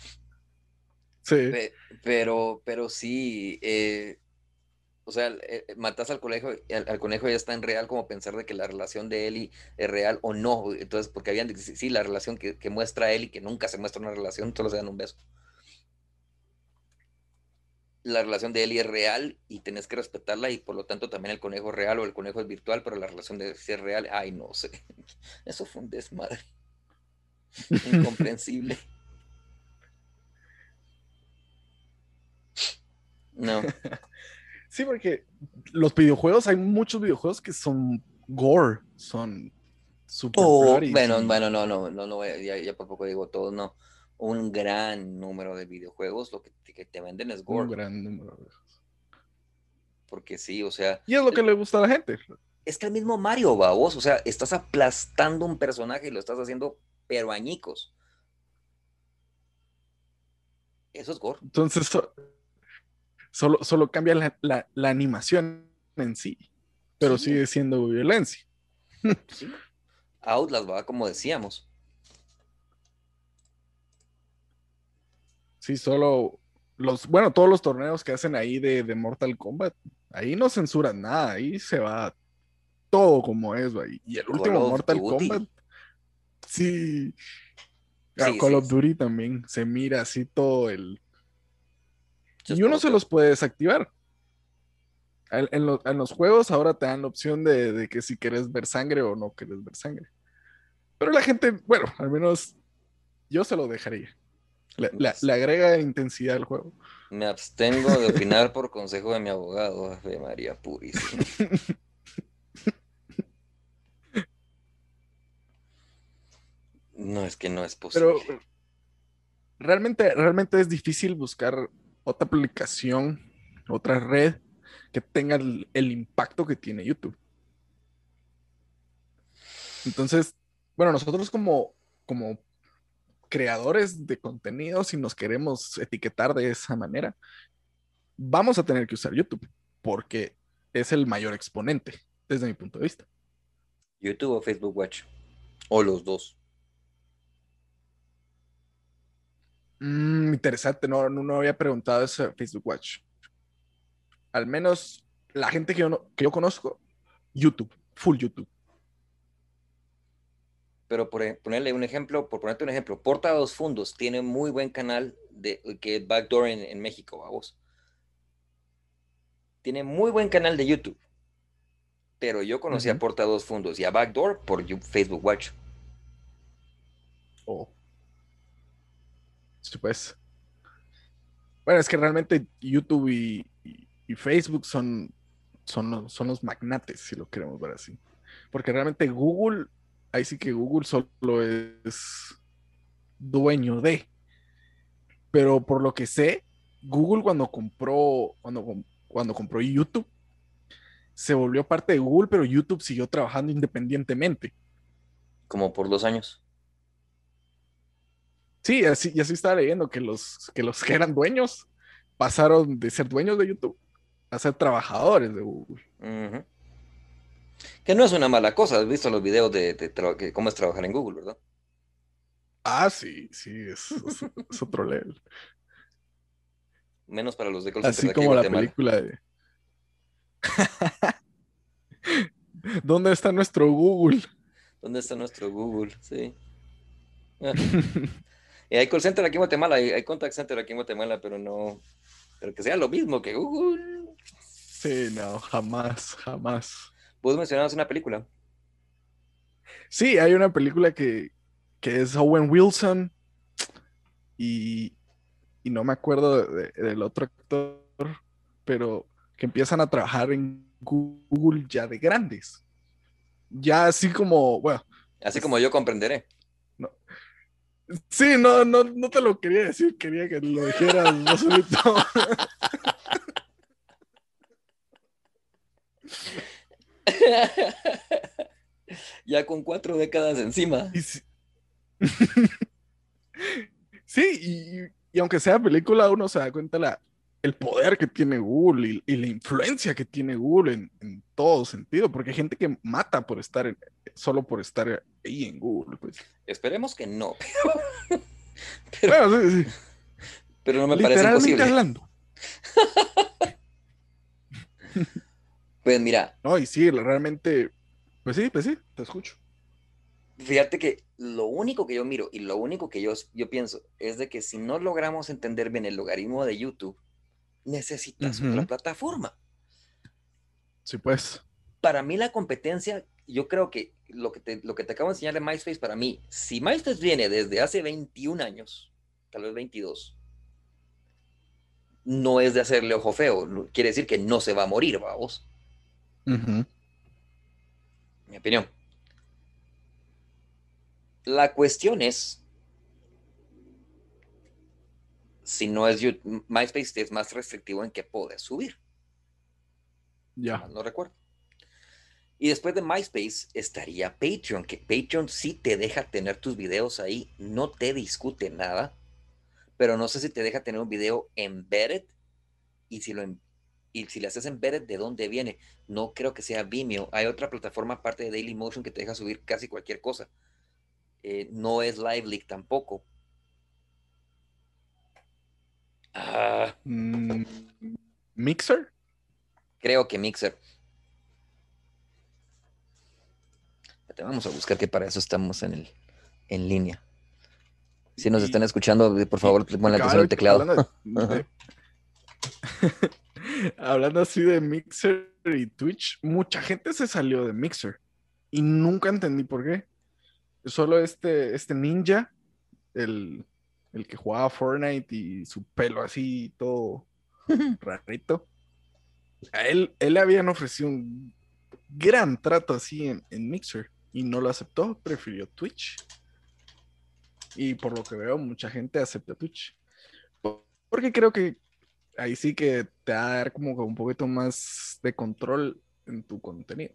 Speaker 1: Sí.
Speaker 2: Pe- pero, pero sí, eh, o sea, eh, matas al conejo, al, al conejo ya está en real como pensar de que la relación de Ellie es real o no. Entonces, porque habían, sí, sí, la relación que, que muestra Ellie, que nunca se muestra una relación, solo se dan un beso. La relación de Ellie es real y tenés que respetarla y por lo tanto también el conejo es real o el conejo es virtual, pero la relación de si es real, ay, no sé. Eso fue un desmadre incomprensible. No.
Speaker 1: Sí, porque los videojuegos, hay muchos videojuegos que son gore, son super
Speaker 2: O,
Speaker 1: bloody,
Speaker 2: bueno,
Speaker 1: son
Speaker 2: bueno, no, no, no, no, ya, ya por poco digo todo, no. Un gran número de videojuegos, lo que, que te venden es
Speaker 1: un
Speaker 2: gore,
Speaker 1: gran número de juegos.
Speaker 2: porque sí, o sea,
Speaker 1: Y es lo que
Speaker 2: el-
Speaker 1: le gusta a la gente.
Speaker 2: es que el mismo Mario, babos, o sea, estás aplastando un personaje y lo estás haciendo pero añicos. Eso es gore.
Speaker 1: Entonces, so- solo, solo cambia la, la- la animación en sí, pero
Speaker 2: Sí,
Speaker 1: sigue siendo violencia.
Speaker 2: sí. Outlast, va, como decíamos.
Speaker 1: Sí, solo los, bueno, todos los torneos que hacen ahí de, de Mortal Kombat, ahí no censuran nada, ahí se va todo como es, ahí. Y el
Speaker 2: Call
Speaker 1: último
Speaker 2: of
Speaker 1: Mortal Kombat,
Speaker 2: Duty.
Speaker 1: sí, ah,
Speaker 2: Sí,
Speaker 1: Call
Speaker 2: sí,
Speaker 1: of
Speaker 2: sí.
Speaker 1: Duty también, se mira así todo el...
Speaker 2: Eso es
Speaker 1: Y uno
Speaker 2: todo
Speaker 1: se
Speaker 2: feo.
Speaker 1: los puede desactivar. En, en lo- en los juegos ahora te dan la opción de, de que si quieres ver sangre o no quieres ver sangre. Pero la gente, bueno, al menos yo se lo dejaría. Le, le, le agrega intensidad al juego.
Speaker 2: Me abstengo de opinar por consejo de mi abogado, Ave María Purísima. No, es que no es posible.
Speaker 1: Pero realmente, realmente es difícil buscar otra aplicación, otra red que tenga el, el impacto que tiene YouTube. Entonces, bueno, nosotros como, como creadores de contenido, si nos queremos etiquetar de esa manera, vamos a tener que usar YouTube porque es el mayor exponente desde mi punto de vista.
Speaker 2: YouTube o Facebook Watch, o los dos.
Speaker 1: Mm, interesante, no, no, no había preguntado eso de Facebook Watch. Al menos la gente que yo, no, que yo conozco, YouTube, full YouTube.
Speaker 2: Pero por e- ponerle un ejemplo, por ponerte un ejemplo, Porta dos Fundos tiene muy buen canal de que es Backdoor en, en México, vamos. Tiene muy buen canal de YouTube. Pero yo conocí a
Speaker 1: Uh-huh.
Speaker 2: Porta dos Fundos y a Backdoor por Facebook Watch.
Speaker 1: Oh. Sí, pues. Bueno, es que realmente YouTube y, y, y Facebook son, son, los, son los magnates, si lo queremos ver así. Porque realmente Google, ahí sí que Google solo es dueño de. Pero por lo que sé, Google cuando compró, cuando, cuando compró YouTube, se volvió parte de Google, pero YouTube siguió trabajando independientemente.
Speaker 2: Como por dos años.
Speaker 1: Sí, así, y así estaba leyendo que los, que los que eran dueños pasaron de ser dueños de YouTube a ser trabajadores de Google.
Speaker 2: Uh-huh. Que no es una mala cosa. Has visto los videos de, de tra- que cómo es trabajar en Google, ¿verdad?
Speaker 1: Ah, sí, sí, es, es, es otro level.
Speaker 2: Menos para los de call center
Speaker 1: Así
Speaker 2: de aquí de
Speaker 1: como la
Speaker 2: Guatemala.
Speaker 1: película de ¿Dónde está nuestro Google?
Speaker 2: ¿Dónde está nuestro Google? Sí. Ah. Y hay call center aquí en Guatemala, hay, hay contact center aquí en Guatemala, pero no. Pero que sea lo mismo que Google.
Speaker 1: Sí, no, jamás, jamás.
Speaker 2: Vos mencionabas una película.
Speaker 1: Sí, hay una película que, que es Owen Wilson y, y no me acuerdo de- del otro actor, pero que empiezan a trabajar en Google ya de grandes. Ya así como, bueno,
Speaker 2: Así como
Speaker 1: pues,
Speaker 2: yo comprenderé.
Speaker 1: no. Sí, no, no, no te lo quería decir, quería que lo dijeras vos solito.
Speaker 2: Ya con cuatro décadas encima.
Speaker 1: Y sí, sí, y, y aunque sea película, uno se da cuenta la, el poder que tiene Google y, y la influencia que tiene Google en, en todo sentido, porque hay gente que mata por estar en, solo por estar ahí en Google, pues.
Speaker 2: Esperemos que no, pero, pero,
Speaker 1: Bueno, sí, sí.
Speaker 2: pero no me parece
Speaker 1: Literalmente
Speaker 2: imposible.
Speaker 1: hablando.
Speaker 2: Pues mira,
Speaker 1: No, y sí, realmente, pues sí, pues sí, te escucho.
Speaker 2: fíjate que lo único que yo miro y lo único que yo, yo pienso es de que si no logramos entender bien el logaritmo de YouTube, necesitas otra
Speaker 1: Ujú.
Speaker 2: plataforma.
Speaker 1: Sí, pues.
Speaker 2: Para mí la competencia, yo creo que lo que te, lo que te acabo de enseñar de MySpace, para mí, si MySpace viene desde hace veintiún años, tal vez veintidós, no es de hacerle ojo feo, no- quiere decir que no se va a morir, vamos,
Speaker 1: Ujú.
Speaker 2: mi opinión. La cuestión es, si no es YouTube, MySpace es más restrictivo en que puedes subir, si
Speaker 1: Ya.
Speaker 2: mal no recuerdo. Y después de MySpace estaría Patreon, que Patreon sí te deja tener tus videos ahí, no te discute nada, pero no sé si te deja tener un video embedded y si lo em- y si le haces embedded, ¿de dónde viene? No creo que sea Vimeo. Hay otra plataforma aparte de Dailymotion que te deja subir casi cualquier cosa. Eh, no es LiveLeak tampoco. Ah,
Speaker 1: Mm, Mixer.
Speaker 2: creo que Mixer. Te vamos a buscar que para eso estamos en, el, en línea. Si nos están
Speaker 1: Y,
Speaker 2: escuchando, por
Speaker 1: y,
Speaker 2: favor, pongan
Speaker 1: y
Speaker 2: la atención
Speaker 1: cabal,
Speaker 2: al
Speaker 1: ahorita,
Speaker 2: teclado.
Speaker 1: hablando de, de- hablando así de Mixer y Twitch, mucha gente se salió de Mixer y nunca entendí por qué. Solo este, este ninja el, el que jugaba Fortnite y su pelo así todo rarito. A él, él le habían ofrecido un gran trato así en, en Mixer y no lo aceptó, prefirió Twitch. Y por lo que veo, mucha gente acepta Twitch. Porque creo que ahí sí que te va a dar como que un poquito más de control en tu contenido.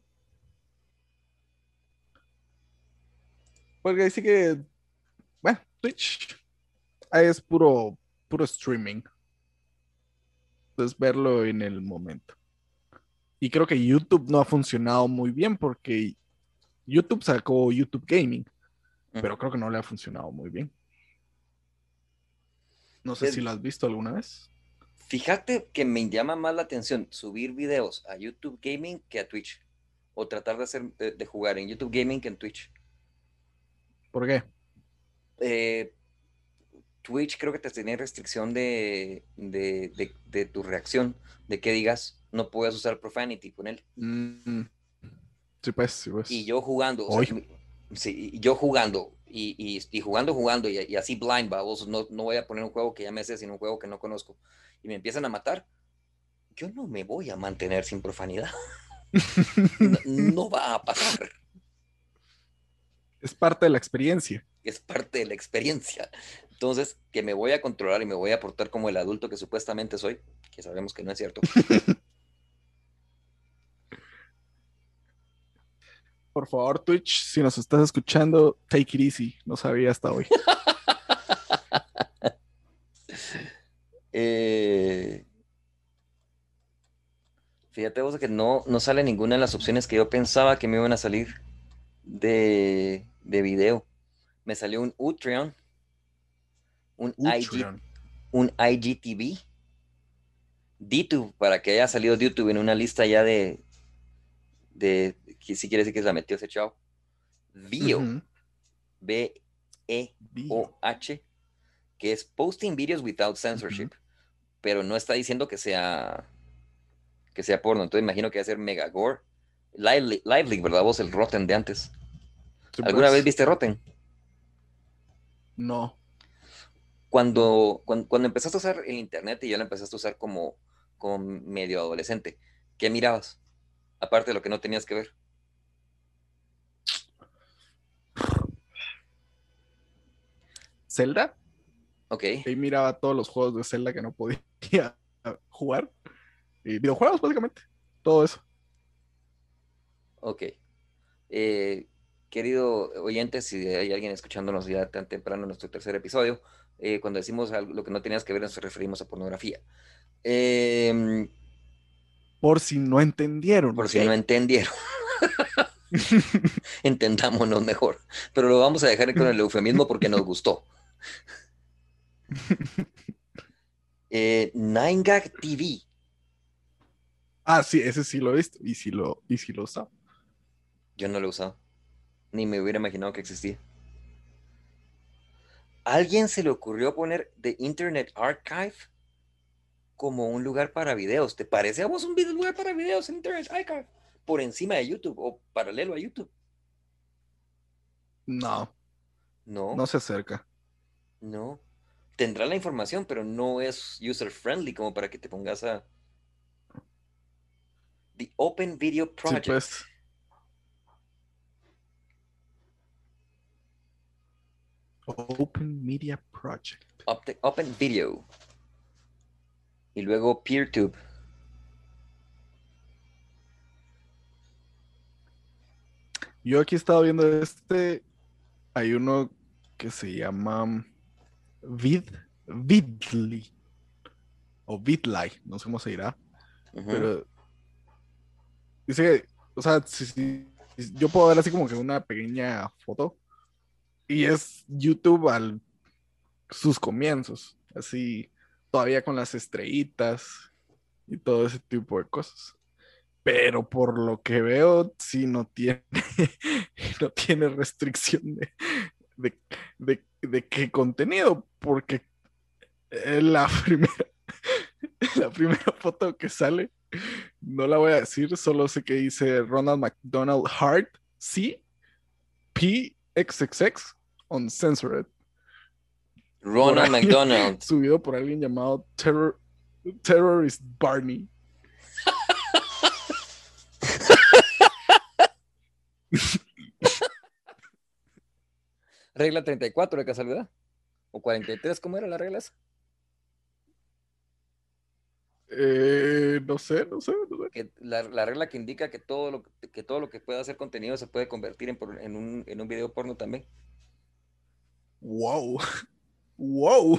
Speaker 1: Porque ahí sí que, bueno, Twitch ahí es puro, puro streaming. Entonces verlo en el momento. Y creo que YouTube no ha funcionado muy bien porque YouTube sacó YouTube Gaming, pero creo que no le ha funcionado muy bien. No sé
Speaker 2: Es-
Speaker 1: si lo has visto alguna vez.
Speaker 2: Fíjate que me llama más la atención subir videos a YouTube Gaming que a Twitch. O tratar de hacer de, de jugar en YouTube Gaming que en Twitch.
Speaker 1: ¿Por qué?
Speaker 2: Eh, Twitch creo que te tiene restricción de, de, de, de tu reacción, de que digas, no puedes usar profanity con él.
Speaker 1: Mm, sí, pues, sí,
Speaker 2: Y
Speaker 1: pues.
Speaker 2: yo jugando, o sea,
Speaker 1: Hoy.
Speaker 2: mi- sí, yo jugando y, y, y jugando, jugando y, y así blind, babos, no, no voy a poner un juego que ya me sé, sino un juego que no conozco. Y me empiezan a matar, yo no me voy a mantener sin profanidad. No, no va a pasar.
Speaker 1: Es parte de la experiencia.
Speaker 2: Es parte de la experiencia. Entonces, que me voy a controlar y me voy a portar como el adulto que supuestamente soy, que sabemos que no es cierto.
Speaker 1: Por favor, Twitch, si nos estás escuchando, take it easy. No sabía hasta hoy.
Speaker 2: Eh, fíjate vos que no, no sale ninguna de las opciones que yo pensaba que me iban a salir de, de video. Me salió un Utreon, un I G,
Speaker 1: Utreon.
Speaker 2: un I G T V, DTube, para que haya salido YouTube en una lista ya de, de que si quiere decir que se la metió ese chavo. Vio,
Speaker 1: Ujú.
Speaker 2: B E O
Speaker 1: Bio.
Speaker 2: H, que es Posting Videos Without
Speaker 1: Ujú.
Speaker 2: Censorship, pero no está diciendo que sea que sea porno, entonces imagino que va a ser Megagore. Lively, Lively, ¿verdad? Vos, el Rotten de antes.
Speaker 1: Sí,
Speaker 2: ¿Alguna vez
Speaker 1: pues.
Speaker 2: viste Rotten?
Speaker 1: No.
Speaker 2: Cuando, cuando, cuando empezaste a usar el internet y ya lo empezaste a usar como, como medio adolescente, ¿qué mirabas? Aparte de lo que no tenías que ver.
Speaker 1: Zelda.
Speaker 2: Ok,
Speaker 1: Ahí miraba todos los juegos de Zelda que no podía jugar. Y videojuegos, básicamente. Todo eso.
Speaker 2: ok. Eh, querido oyente, si hay alguien escuchándonos ya tan temprano en nuestro tercer episodio, eh, cuando decimos algo, lo que no tenías que ver nos referimos a pornografía. Eh,
Speaker 1: Por si no entendieron,
Speaker 2: por
Speaker 1: ¿ok?
Speaker 2: si no entendieron, entendámonos mejor. Pero lo vamos a dejar con el eufemismo porque nos gustó. Eh, Nine Gag T V.
Speaker 1: Ah, sí, ese sí lo he visto. Y sí lo, y sí lo usaba.
Speaker 2: Yo no lo he usado. Ni me hubiera imaginado que existía. ¿A alguien se le ocurrió poner The Internet Archive como un lugar para videos? ¿Te parece a vos un video- lugar para videos en Internet Archive? Por encima de YouTube o paralelo a YouTube.
Speaker 1: No,
Speaker 2: No,
Speaker 1: no se acerca.
Speaker 2: no. Tendrá la información, pero no es user friendly como para que te pongas a The Open Video
Speaker 1: Sí,
Speaker 2: Project.
Speaker 1: pues. Open Media Project.
Speaker 2: Opte- Open Video. Y luego PeerTube.
Speaker 1: Yo aquí estaba viendo este. Hay uno que se llama Vid, Vidly o Vidly, no sé cómo se dirá,
Speaker 2: Ujú.
Speaker 1: pero dice que, o sea, si, si- si yo puedo ver así como que una pequeña foto y es YouTube al sus comienzos, así todavía con las estrellitas y todo ese tipo de cosas. Pero por lo que veo, sí no tiene, no tiene restricción de, de, de, de qué contenido, porque eh, la primera, la primera foto que sale, no la voy a decir, solo sé que dice Ronald McDonald Hart, C, P X X X, Uncensored. por
Speaker 2: Ronald
Speaker 1: alguien,
Speaker 2: McDonald.
Speaker 1: subido por alguien llamado Terror, Terrorist Barney.
Speaker 2: Regla treinta y cuatro de casualidad. O cuarenta y tres, ¿cómo era la regla esa?
Speaker 1: Eh, no sé, no sé, no sé.
Speaker 2: Que la, la regla que indica que todo lo que todo lo que pueda hacer contenido se puede convertir en, por- en, un, en un video porno también.
Speaker 1: Wow, wow.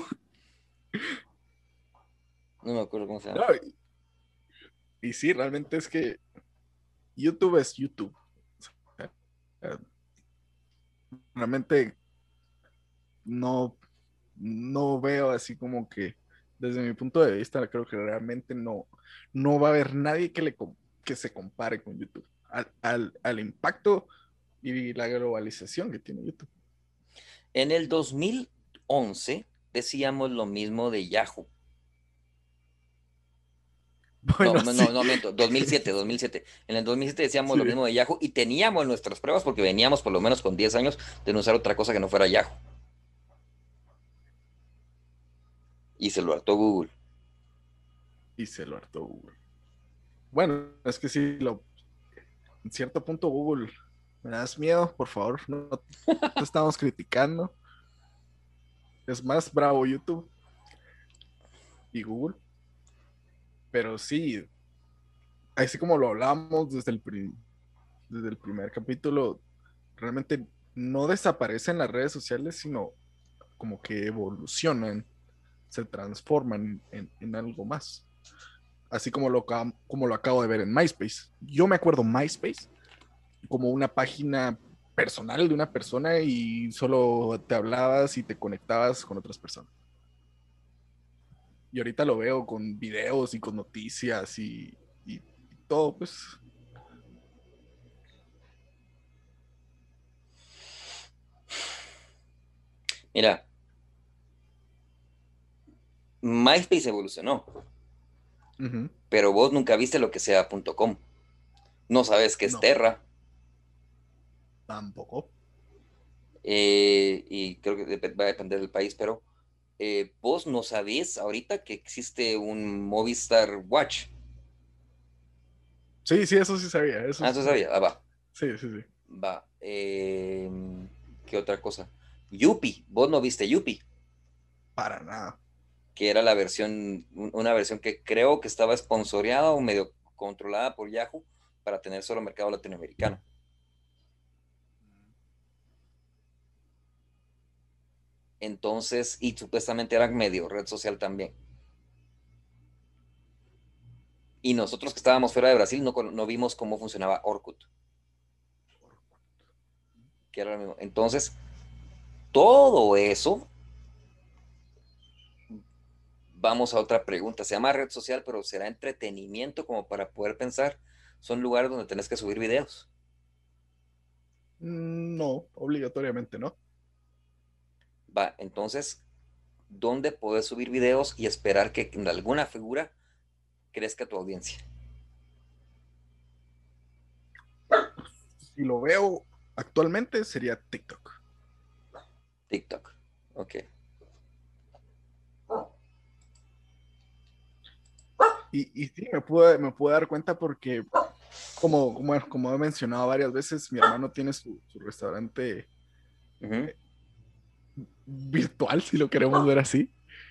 Speaker 2: No me acuerdo cómo se llama.
Speaker 1: No, y, y sí, realmente es que YouTube es YouTube. O sea, realmente no, no veo así como que, desde mi punto de vista, creo que realmente no, no va a haber nadie que, le, com- que se compare con YouTube. Al, al, al impacto y la globalización que tiene YouTube.
Speaker 2: En el dos mil once decíamos lo mismo de Yahoo. No,
Speaker 1: Bueno,
Speaker 2: no,
Speaker 1: sí,
Speaker 2: no, miento, dos mil siete, dos mil siete. En el dos mil siete decíamos lo
Speaker 1: sí,
Speaker 2: mismo de Yahoo y teníamos nuestras pruebas porque veníamos por lo menos con diez años de no usar otra cosa que no fuera Yahoo. Y se lo hartó Google.
Speaker 1: y se lo hartó Google. Bueno, es que sí, lo, en cierto punto Google, me das miedo, por favor, no, no te estamos criticando. Es más bravo YouTube y Google, pero sí, así como lo hablamos desde el, pri- desde el primer capítulo, realmente no desaparecen las redes sociales, sino como que evolucionan, se transforman en, en algo más. Así como lo, como lo acabo de ver en MySpace. Yo me acuerdo MySpace como una página personal de una persona y solo te hablabas y te conectabas con otras personas. Y ahorita lo veo con videos y con noticias y, y, y todo, pues.
Speaker 2: Mira, MySpace evolucionó,
Speaker 1: Uh-huh.
Speaker 2: pero vos nunca viste lo que sea punto .com. No sabes qué es
Speaker 1: No,
Speaker 2: Terra.
Speaker 1: tampoco.
Speaker 2: Eh, y creo que dep- va a depender del país, pero eh, vos no sabés ahorita que existe un Movistar Watch.
Speaker 1: Sí, sí, eso sí sabía, eso
Speaker 2: Ah,
Speaker 1: sí
Speaker 2: eso
Speaker 1: sabía.
Speaker 2: sabía. Ah, va,
Speaker 1: Sí, sí, sí.
Speaker 2: va. Eh, ¿qué otra cosa? Yupi, vos no viste Yupi,
Speaker 1: Para nada.
Speaker 2: que era la versión, un- una versión que creo que estaba sponsoreada o medio controlada por Yahoo para tener solo mercado latinoamericano. Entonces, y supuestamente era medio red social también. Y nosotros que estábamos fuera de Brasil no, con- no vimos cómo funcionaba Orkut, que era lo mismo. Entonces, todo eso, vamos a otra pregunta. Se llama red social, pero será entretenimiento como para poder pensar. Son lugares donde tenés que subir videos.
Speaker 1: No, obligatoriamente no.
Speaker 2: Va, entonces, ¿dónde podés subir videos y esperar que en alguna figura crezca tu audiencia?
Speaker 1: Si lo veo actualmente sería TikTok.
Speaker 2: TikTok. Ok.
Speaker 1: Y, y sí, me pude, me pude dar cuenta porque, como, como, como he mencionado varias veces, mi hermano tiene su, su restaurante
Speaker 2: Ujú.
Speaker 1: eh, virtual, si lo queremos ver así.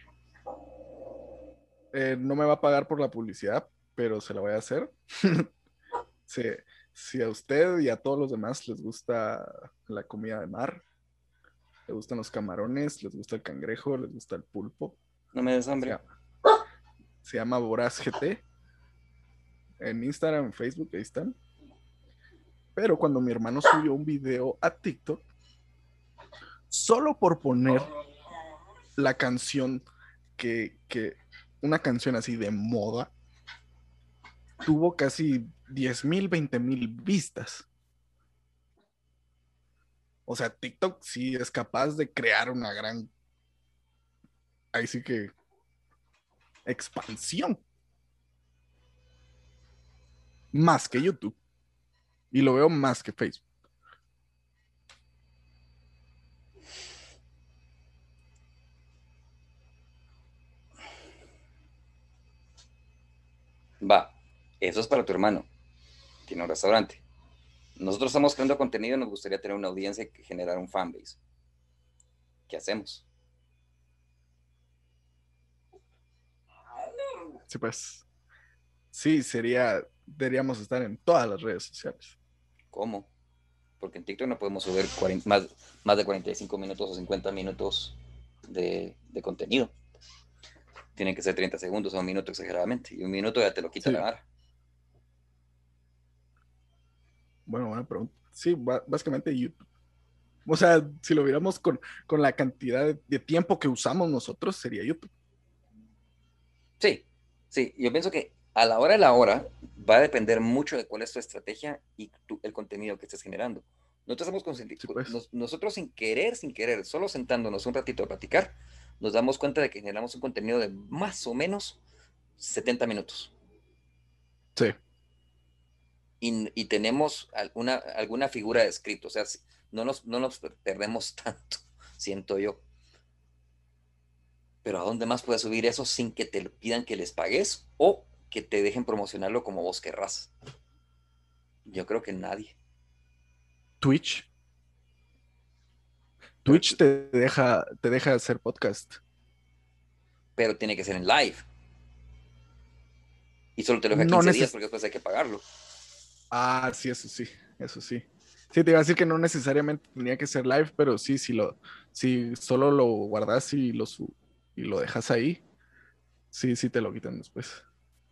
Speaker 1: Eh, no me va a pagar por la publicidad, pero se la voy a hacer. Si, si a usted y a todos los demás les gusta la comida de mar, les gustan los camarones, les gusta el cangrejo, les gusta el pulpo,
Speaker 2: No me des
Speaker 1: se
Speaker 2: hambre.
Speaker 1: llama, se llama Voraz G T en Instagram, en Facebook, ahí están. Pero cuando mi hermano subió un video a TikTok, solo por poner la canción que, que una canción así de moda, tuvo casi diez mil, veinte mil vistas. O sea, TikTok sí es capaz de crear una gran, ahí sí que, expansión, más que YouTube. Y lo veo más que Facebook.
Speaker 2: Va, eso es para tu hermano. Tiene un restaurante. Nosotros estamos creando contenido y nos gustaría tener una audiencia y generar un fanbase. ¿Qué hacemos?
Speaker 1: Sí, pues. Sí, sería, deberíamos estar en todas las redes sociales.
Speaker 2: ¿Cómo? Porque en TikTok no podemos subir cuarenta, más, más de cuarenta y cinco minutos o cincuenta minutos de, de contenido. Tienen que ser treinta segundos o un minuto exageradamente. Y un minuto ya te lo quita la
Speaker 1: Sí,
Speaker 2: vara.
Speaker 1: bueno, buena pregunta. Sí, ba- básicamente YouTube. O sea, si lo viéramos con, con la cantidad de, de tiempo que usamos nosotros, sería YouTube.
Speaker 2: Sí, sí. Yo pienso que a la hora de la hora va a depender mucho de cuál es tu estrategia y tu- el contenido que estés generando. Nosotros, estamos conscienti-
Speaker 1: Sí,
Speaker 2: co-
Speaker 1: pues.
Speaker 2: nos- nosotros sin querer, sin querer, solo sentándonos un ratito a platicar, nos damos cuenta de que generamos un contenido de más o menos setenta minutos.
Speaker 1: Sí.
Speaker 2: Y, y tenemos alguna, alguna figura de script, o sea, si- no nos, no nos perdemos tanto, siento yo. Pero ¿a dónde más puedes subir eso sin que te pidan que les pagues o que te dejen promocionarlo como vos querrás? Yo creo que nadie.
Speaker 1: Twitch.
Speaker 2: Pero,
Speaker 1: Twitch te deja, te deja hacer podcast.
Speaker 2: pero tiene que ser en live. Y solo te lo deja
Speaker 1: No
Speaker 2: quince días
Speaker 1: neces
Speaker 2: porque después hay que pagarlo.
Speaker 1: Ah, sí, eso sí, eso sí. Sí, te iba a decir que no necesariamente tenía que ser live, pero sí, si lo, si solo lo guardas y lo su- y lo dejas ahí, sí, sí te lo quitan después.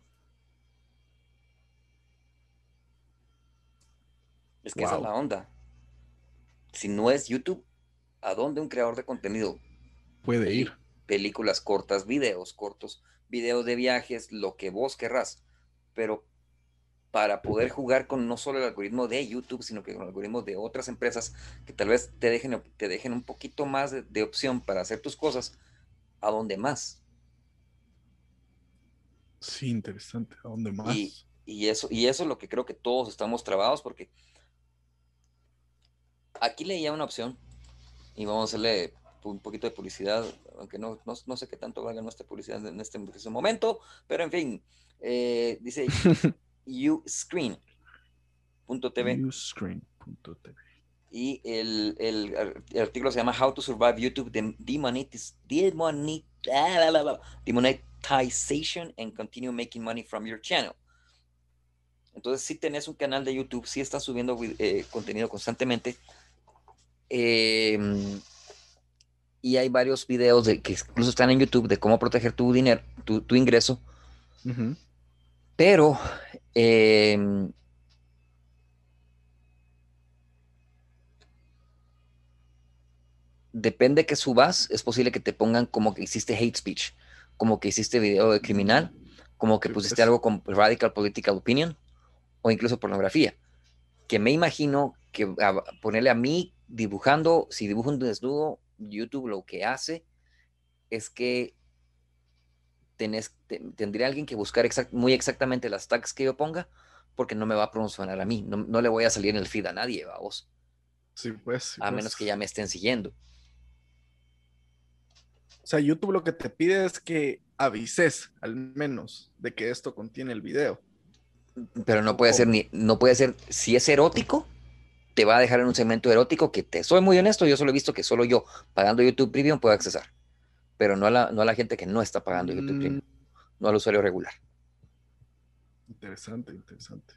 Speaker 2: Es que esa es
Speaker 1: Wow,
Speaker 2: la onda. Si no es YouTube, ¿a dónde un creador de contenido?
Speaker 1: puede ir.
Speaker 2: Peli- películas cortas, videos cortos, videos de viajes, lo que vos querrás. Pero para poder jugar con no solo el algoritmo de YouTube, sino que con algoritmos de otras empresas que tal vez te dejen, te dejen un poquito más de, de opción para hacer tus cosas, ¿a dónde más?
Speaker 1: Sí, interesante. ¿A dónde
Speaker 2: Y,
Speaker 1: más?
Speaker 2: y, eso, y eso es lo que creo que todos estamos trabados, porque aquí leía una opción, y vamos a hacerle un poquito de publicidad, aunque no, no, no sé qué tanto valga nuestra publicidad en este, en este momento, pero en fin, eh, dice uscreen punto t v.
Speaker 1: Uscreen punto t v.
Speaker 2: Y el, el, el artículo se llama How to Survive YouTube Demonetiz, Demonit, Demonetization and Continue Making Money from Your Channel. Entonces, si tenés un canal de YouTube, si estás subiendo eh, contenido constantemente, eh, y hay varios videos de, que incluso están en YouTube de cómo proteger tu dinero, tu, tu ingreso,
Speaker 1: Ujú.
Speaker 2: pero eh, depende que subas, es posible que te pongan como que hiciste hate speech, como que hiciste video de criminal, como que
Speaker 1: Sí,
Speaker 2: pusiste
Speaker 1: pues.
Speaker 2: algo con radical political opinion o incluso pornografía, que me imagino que a, ponerle a mí dibujando, si dibujo un desnudo, YouTube lo que hace es que tenés, te, tendría alguien que buscar exact, muy exactamente las tags que yo ponga, porque no me va a promocionar a mí, no, no le voy a salir en el feed a nadie, vamos,
Speaker 1: Sí, pues, sí,
Speaker 2: a menos
Speaker 1: pues.
Speaker 2: que ya me estén siguiendo.
Speaker 1: O sea, YouTube lo que te pide es que avises, al menos, de que esto contiene el video.
Speaker 2: Pero no
Speaker 1: ¿O
Speaker 2: puede ser
Speaker 1: cómo?
Speaker 2: ni, no puede ser, si es erótico, te va a dejar en un segmento erótico que te soy muy honesto, yo solo he visto que solo yo, pagando YouTube Premium, puedo accesar, pero no a la, no a la gente que no está pagando YouTube
Speaker 1: Mm,
Speaker 2: Premium, no al usuario regular.
Speaker 1: interesante, interesante.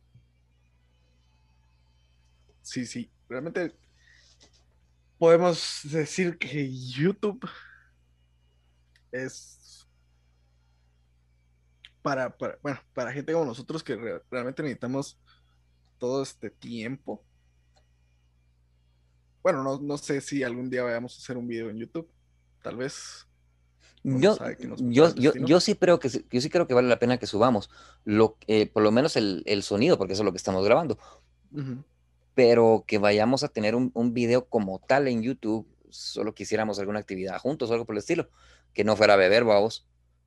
Speaker 1: Sí, sí, realmente podemos decir que YouTube es para, para, bueno, para gente como nosotros que re- realmente necesitamos todo este tiempo. Bueno, no, no sé si algún día vayamos a hacer un video en YouTube. Tal vez, uno
Speaker 2: Yo,
Speaker 1: sabe que nos prepara
Speaker 2: yo,
Speaker 1: el
Speaker 2: yo,
Speaker 1: destino.
Speaker 2: yo sí creo que sí- yo sí creo que vale la pena que subamos lo, eh, por lo menos el, el sonido, porque eso es lo que estamos grabando,
Speaker 1: Ujú.
Speaker 2: pero que vayamos a tener un, un video como tal en YouTube, solo quisiéramos alguna actividad juntos o algo por el estilo, que no fuera a beber, vamos.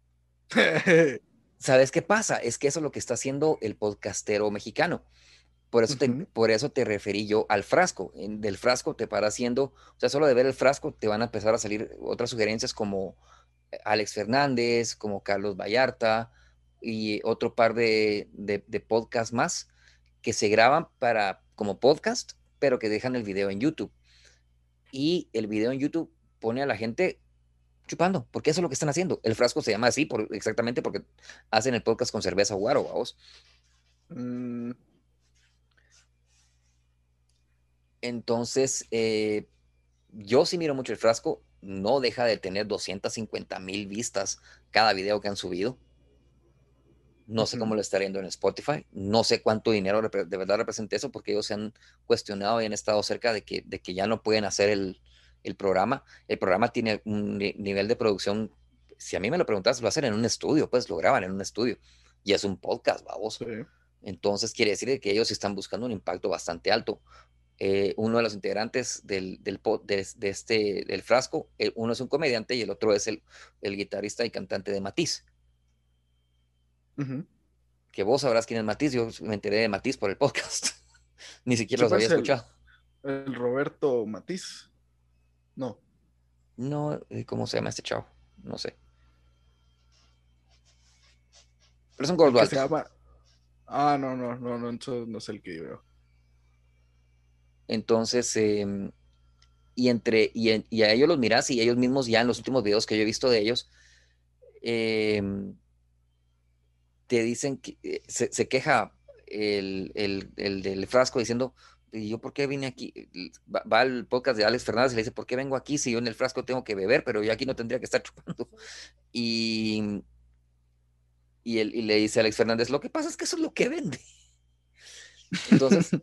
Speaker 2: ¿Sabes qué pasa? Es que eso es lo que está haciendo el podcastero mexicano. Por eso te,
Speaker 1: Ujú.
Speaker 2: por eso te referí yo al frasco. En- del frasco te para haciendo, o sea, solo de ver el frasco te van a empezar a salir otras sugerencias como Alex Fernández, como Carlos Vallarta, y otro par de, de, de podcasts más que se graban para, como podcast, pero que dejan el video en YouTube. Y el video en YouTube pone a la gente chupando, porque eso es lo que están haciendo. El frasco se llama así por, exactamente porque hacen el podcast con cerveza guaro, vamos.
Speaker 1: Mm,
Speaker 2: Entonces, eh, yo sí miro mucho el frasco, no deja de tener doscientas cincuenta mil vistas cada video que han subido. No sé cómo
Speaker 1: ujú.
Speaker 2: lo está yendo en Spotify, no sé cuánto dinero repre- de verdad representa eso, porque ellos se han cuestionado y han estado cerca de que, de que ya no pueden hacer el, el programa. El programa tiene un ni- nivel de producción, si a mí me lo preguntas, lo hacen en un estudio, pues lo graban en un estudio y es un podcast, vamos.
Speaker 1: Sí.
Speaker 2: Entonces quiere decir de que ellos están buscando un impacto bastante alto. Eh, uno de los integrantes del, del po- de, de este, del frasco, eh, uno es un comediante y el otro es el, el guitarrista y cantante de Matiz.
Speaker 1: Ujú.
Speaker 2: Que vos sabrás quién es Matiz, yo me enteré de Matiz por el podcast, ni siquiera
Speaker 1: Sí,
Speaker 2: los había
Speaker 1: pues el,
Speaker 2: escuchado.
Speaker 1: el Roberto Matiz. No.
Speaker 2: No, eh, ¿cómo se llama este chavo? No sé. Pero es un
Speaker 1: El
Speaker 2: gordo
Speaker 1: que se
Speaker 2: alto.
Speaker 1: llama. Ah, no, no, no, no, eso no es el que yo veo.
Speaker 2: Entonces, eh, y entre, y, en- y a ellos los mirás y ellos mismos ya en los últimos videos que yo he visto de ellos, eh, te dicen que eh, se, se queja el, el, el del frasco diciendo, ¿y yo por qué vine aquí? Va, va al podcast de Alex Fernández y le dice, ¿por qué vengo aquí si yo en el frasco tengo que beber, pero yo aquí no tendría que estar chupando? Y, y, él, y le dice a Alex Fernández, lo que pasa es que eso es lo que vende. Entonces,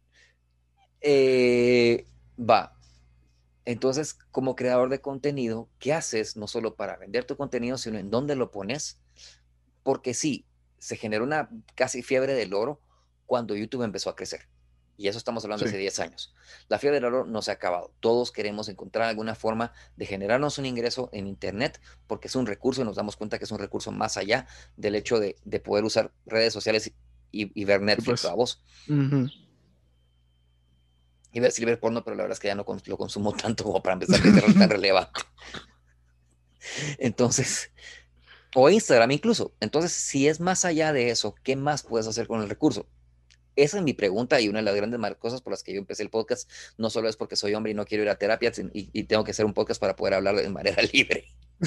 Speaker 2: eh, va. Entonces, como creador de contenido, ¿qué haces? No solo para vender tu contenido, sino en dónde lo pones. Porque sí, se generó una casi fiebre del oro cuando YouTube empezó a crecer. Y eso estamos hablando
Speaker 1: Sí,
Speaker 2: hace diez años. La fiebre del oro no se ha acabado. Todos queremos encontrar alguna forma de generarnos un ingreso en Internet porque es un recurso y nos damos cuenta que es un recurso más allá del hecho de, de poder usar redes sociales y, y ver
Speaker 1: sí,
Speaker 2: Netflix,
Speaker 1: pues.
Speaker 2: vamos.
Speaker 1: Ujú.
Speaker 2: Iba a decir ver porno, pero la verdad es que ya no cons- lo consumo tanto como para empezar que sea tan relevante. Entonces, o Instagram incluso. Entonces, si es más allá de eso, ¿qué más puedes hacer con el recurso? Esa es mi pregunta y una de las grandes cosas por las que yo empecé el podcast. No solo es porque soy hombre y no quiero ir a terapia y, y tengo que hacer un podcast para poder hablar de manera libre.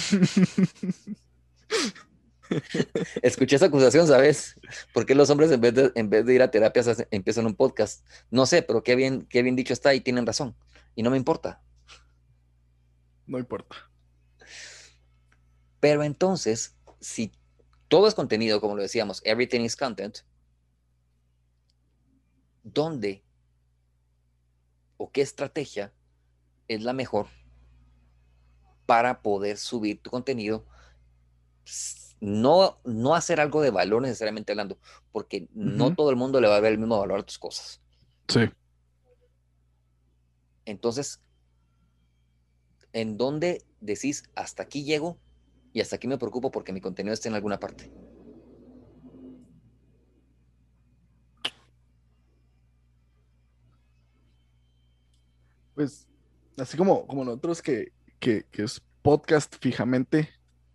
Speaker 2: Escuché esa acusación, ¿sabes? ¿Por qué los hombres en vez de, en vez de ir a terapias hacen- empiezan un podcast? No sé, pero qué bien, qué bien dicho está y tienen razón. Y no me importa.
Speaker 1: No importa.
Speaker 2: Pero entonces, si todo es contenido, como lo decíamos, everything is content, ¿dónde o qué estrategia es la mejor para poder subir tu contenido? No, no hacer algo de valor necesariamente hablando, porque no
Speaker 1: Ujú.
Speaker 2: todo el mundo le va a ver el mismo valor a tus cosas.
Speaker 1: Sí.
Speaker 2: Entonces, ¿en dónde decís hasta aquí llego y hasta aquí me preocupo porque mi contenido esté en alguna parte?
Speaker 1: Pues, así como, como nosotros que, que, que es podcast fijamente,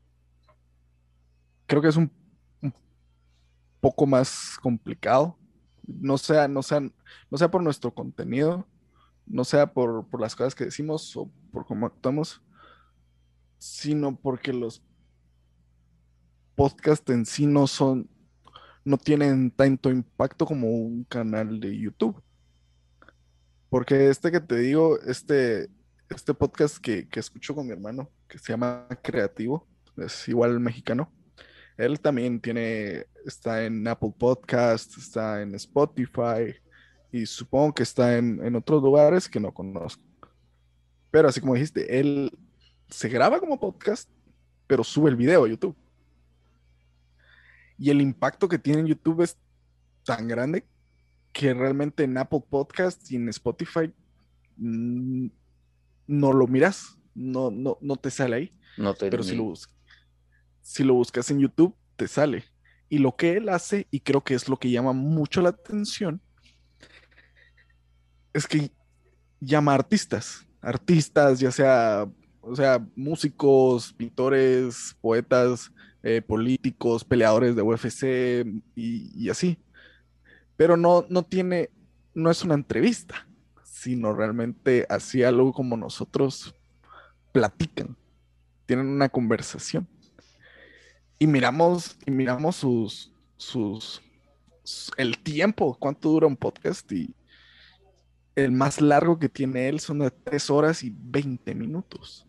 Speaker 1: creo que es un, un poco más complicado. No sea, no sea, no sea por nuestro contenido, no sea por, por las cosas que decimos o por cómo actuamos, sino porque los podcasts en sí no son, no tienen tanto impacto como un canal de YouTube. Porque este que te digo, este, este podcast que, que escucho con mi hermano, que se llama Creativo, es igual mexicano. Él también tiene, está en Apple Podcast, está en Spotify y supongo que está en, en otros lugares que no conozco. Pero así como dijiste, él se graba como podcast, pero sube el video a YouTube. Y el impacto que tiene en YouTube es tan grande que realmente en Apple Podcast y en Spotify mm, no lo miras, no, no, no te sale ahí.
Speaker 2: No te
Speaker 1: Pero si lo,
Speaker 2: ni...
Speaker 1: bus- si lo buscas en YouTube, te sale. Y lo que él hace, y creo que es lo que llama mucho la atención, es que llama a artistas, artistas, ya sea O sea, músicos, pintores, poetas, eh, políticos, peleadores de U F C y, y así. Pero no, no tiene, no es una entrevista, sino realmente así algo como nosotros platican, tienen una conversación. Y miramos, y miramos sus, sus, s- el tiempo, cuánto dura un podcast, y el más largo que tiene él son de tres horas y veinte minutos.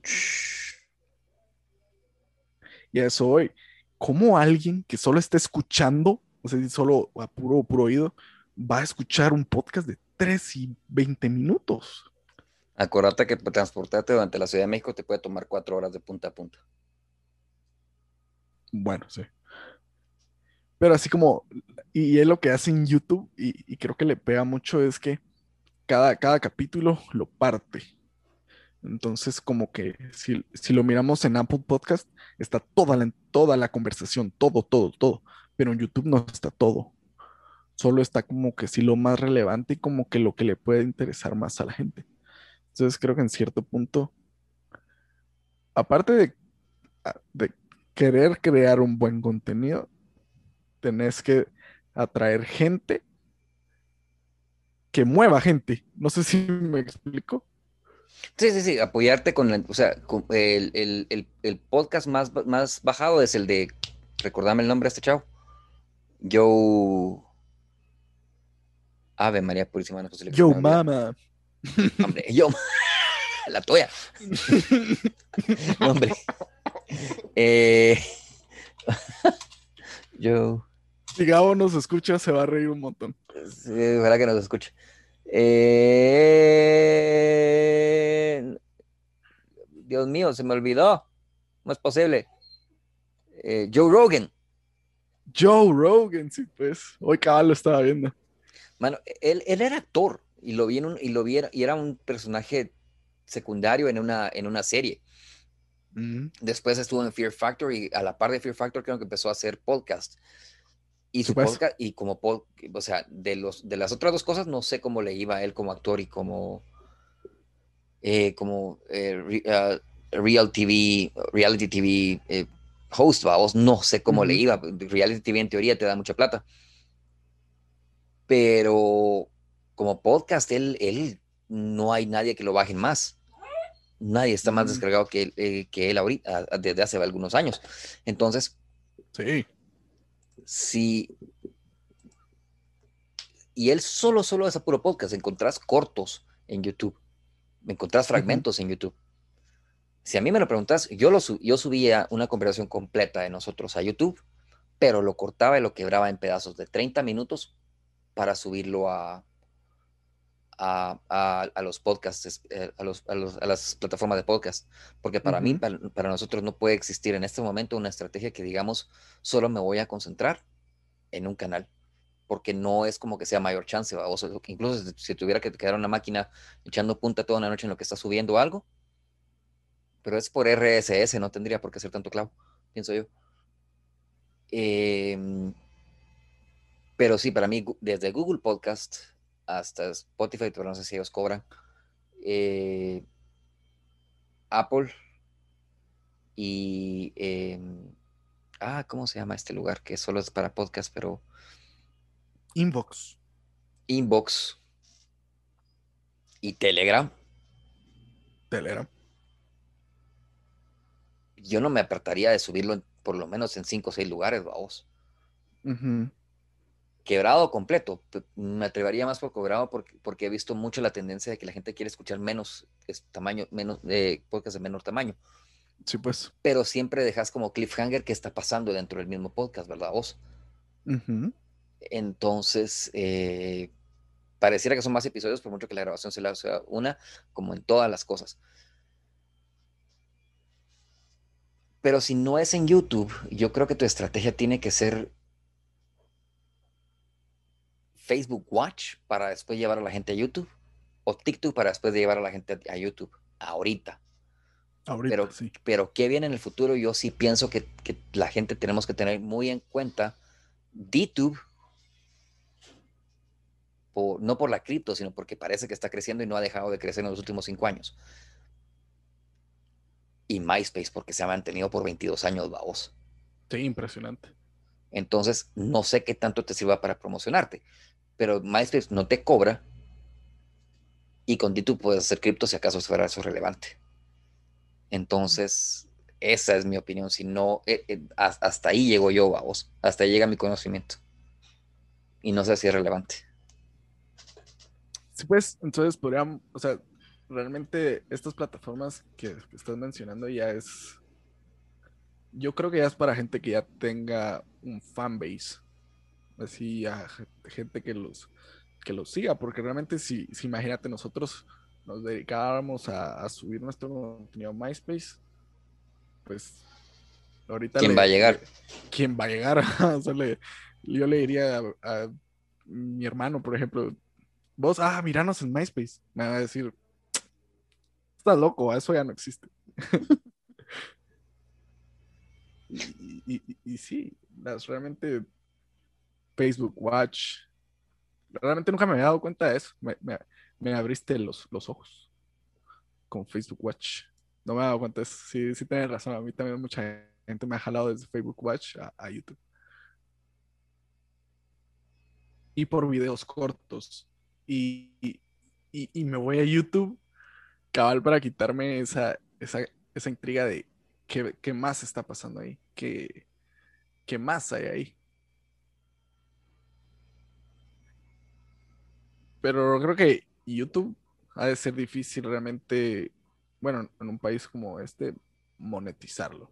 Speaker 1: Y a eso voy. ¿Cómo alguien que solo está escuchando, o sea, solo a puro, puro oído, va a escuchar un podcast de tres y veinte minutos?
Speaker 2: Acordate que transportarte durante la Ciudad de México te puede tomar cuatro horas de punta a punta.
Speaker 1: Bueno, sí. Pero así como, y él lo que hace en YouTube, y, y creo que le pega mucho, es que cada, cada capítulo lo parte. Entonces, como que si, si lo miramos en Apple Podcast, está toda la, toda la conversación, todo, todo, todo. Pero en YouTube no está todo. Solo está como que sí lo más relevante y como que lo que le puede interesar más a la gente. Entonces, creo que en cierto punto, aparte de, de querer crear un buen contenido, tenés que atraer gente que mueva gente. No sé si me explico.
Speaker 2: Sí, sí, sí, apoyarte con la, o sea, con el, el, el, el podcast más, más bajado es el de, recordame el nombre de este chavo, Joe, Ave María Purísima, no es posible que se
Speaker 1: Yo,
Speaker 2: me olvida.
Speaker 1: mama.
Speaker 2: Hombre, yo, la tuya, no, hombre. Eh, Joe,
Speaker 1: Si Gabo nos escucha, se va a reír un montón.
Speaker 2: sí, ojalá que nos escuche. Eh, Dios mío, se me olvidó, no es posible. Eh, Joe Rogan.
Speaker 1: Joe Rogan, sí, pues. Hoy cabal lo estaba viendo.
Speaker 2: Mano, él, él era actor y lo vi en un, y lo vi y era un personaje secundario en una, en una serie.
Speaker 1: Mm,
Speaker 2: Después estuvo en Fear Factor y a la par de Fear Factor creo que empezó a hacer podcast. Y
Speaker 1: sí,
Speaker 2: su
Speaker 1: pues.
Speaker 2: podcast, y como pod, o sea, de, los, de las otras dos cosas, no sé cómo le iba a él como actor y como, eh, como eh, re, uh, Real T V, Reality T V eh, host, vamos, no sé cómo le
Speaker 1: Ujú.
Speaker 2: iba. Reality T V en teoría te da mucha plata, pero como podcast, él, él no hay nadie que lo baje más. Nadie está más
Speaker 1: Mm,
Speaker 2: descargado que él, eh, que él ahorita, desde hace algunos años. Entonces,
Speaker 1: sí.
Speaker 2: si, y él solo, solo es a puro podcast, encontrás cortos en YouTube, encontrás
Speaker 1: Ujú.
Speaker 2: fragmentos en YouTube. Si a mí me lo preguntas, yo, lo, yo subía una conversación completa de nosotros a YouTube, pero lo cortaba y lo quebraba en pedazos de treinta minutos para subirlo a, a, a, a los podcasts, eh, a, los, a, los, a, las plataformas de podcast, porque para mí,
Speaker 1: Ujú.
Speaker 2: para, para, nosotros no puede existir en este momento una estrategia que digamos, solo me voy a concentrar en un canal, porque no es como que sea mayor chance, ¿va? O sea, incluso si tuviera que quedar una máquina echando punta toda una noche en lo que está subiendo algo, pero es por R S S, no tendría por qué ser tanto clavo, pienso yo. Eh, pero sí, para mí, desde Google Podcast hasta Spotify, pero no sé si ellos cobran, eh, Apple y eh, ah, ¿cómo se llama este lugar? Que solo es para podcast, pero
Speaker 1: Inbox.
Speaker 2: Inbox y Telegram.
Speaker 1: Telegram.
Speaker 2: Yo no me apartaría de subirlo en- por lo menos en cinco o seis lugares, vamos.
Speaker 1: Ujú.
Speaker 2: Quebrado completo. P- Me atrevería más por quebrado porque, porque he visto mucho la tendencia de que la gente quiere escuchar menos es, tamaño, menos eh, podcast de menor tamaño.
Speaker 1: Sí, pues.
Speaker 2: Pero siempre dejas como cliffhanger qué está pasando dentro del mismo podcast, ¿verdad vos?
Speaker 1: Ujú.
Speaker 2: Entonces, eh, pareciera que son más episodios por mucho que la grabación se la sea una, como en todas las cosas. Pero si no es en YouTube, yo creo que tu estrategia tiene que ser Facebook Watch para después llevar a la gente a YouTube o TikTok para después de llevar a la gente a YouTube ahorita.
Speaker 1: Ahorita,
Speaker 2: Pero,
Speaker 1: sí.
Speaker 2: pero qué viene en el futuro, yo sí pienso que, que la gente tenemos que tener muy en cuenta DTube, por, no por la cripto, sino porque parece que está creciendo y no ha dejado de crecer en los últimos cinco años. y MySpace porque se ha mantenido por veintidós años, babos.
Speaker 1: Sí, impresionante.
Speaker 2: Entonces, no sé qué tanto te sirva para promocionarte, pero MySpace no te cobra y con ti tú puedes hacer cripto si acaso fuera eso relevante. Entonces, esa es mi opinión. Si no, eh, eh, hasta ahí llego yo, babos. Hasta ahí llega mi conocimiento. Y no sé si es relevante.
Speaker 1: Sí, pues, entonces podríamos, o sea, realmente estas plataformas que, que estás mencionando ya es, yo creo que ya es para gente que ya tenga un fanbase, así a gente que los, que los siga, porque realmente si, si imagínate nosotros nos dedicáramos a, a subir nuestro contenido a MySpace, pues ahorita
Speaker 2: ¿Quién va a
Speaker 1: le,
Speaker 2: llegar?
Speaker 1: le ¿quién va a llegar? O sea, le- yo le diría a, a mi hermano, por ejemplo, vos, ah, miranos en MySpace, me va a decir, estás loco, eso ya no existe. Y, y, y, y sí, las realmente Facebook Watch, realmente nunca me había dado cuenta de eso. Me, me, me abriste los, los ojos con Facebook Watch. No me he dado cuenta de eso. Sí, sí tienes razón. A mí también mucha gente me ha jalado desde Facebook Watch a, a YouTube. Y por videos cortos. Y, y, y, y me voy a YouTube cabal para quitarme esa, esa, esa intriga de qué, qué más está pasando ahí, qué, qué más hay ahí. Pero creo que YouTube ha de ser difícil realmente, bueno, en un país como este, monetizarlo.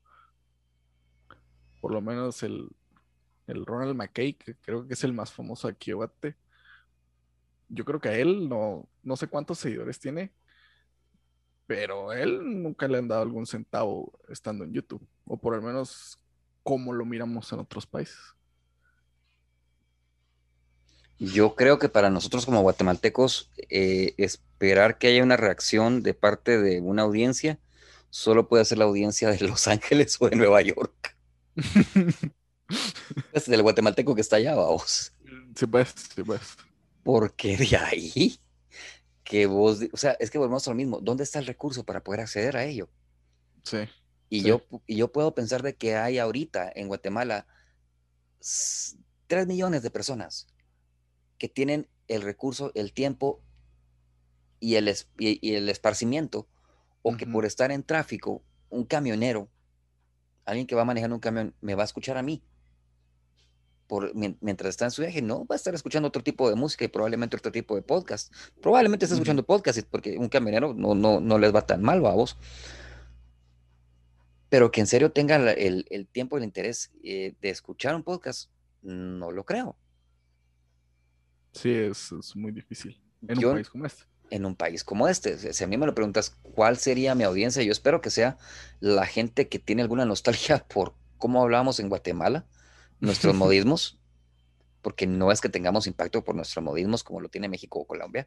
Speaker 1: Por lo menos el, el Ronald McKay, que creo que es el más famoso aquí en Guate, yo creo que a él no, no sé cuántos seguidores tiene, pero a él nunca le han dado algún centavo estando en YouTube, o por lo menos como lo miramos en otros países.
Speaker 2: Yo creo que para nosotros como guatemaltecos, eh, esperar que haya una reacción de parte de una audiencia, solo puede ser la audiencia de Los Ángeles o de Nueva York. Es del guatemalteco que está allá, vamos.
Speaker 1: Sí, pues, sí, pues.
Speaker 2: Porque de ahí que vos, o sea, es que volvemos a lo mismo. ¿Dónde está el recurso para poder acceder a ello?
Speaker 1: Sí,
Speaker 2: Y
Speaker 1: sí.
Speaker 2: yo, y yo puedo pensar de que hay ahorita en Guatemala tres millones de personas que tienen el recurso, el tiempo y el, es- y, y el esparcimiento, o que
Speaker 1: Ujú.
Speaker 2: por estar en tráfico, un camionero, alguien que va manejando un camión, me va a escuchar a mí. Por, mientras está en su viaje, no va a estar escuchando otro tipo de música y probablemente otro tipo de podcast. Probablemente está
Speaker 1: Ujú.
Speaker 2: escuchando podcast porque un camionero no, no, no les va tan mal, a vos. Pero que en serio tenga la- el, el tiempo y el interés eh, de escuchar un podcast, no lo creo.
Speaker 1: Sí, es, es muy difícil en un
Speaker 2: Yo
Speaker 1: país como este.
Speaker 2: en un país como este, si si a mí me lo preguntas, ¿cuál sería mi audiencia? Yo espero que sea la gente que tiene alguna nostalgia por cómo hablábamos en Guatemala, nuestros modismos, porque no es que tengamos impacto por nuestros modismos como lo tiene México o Colombia,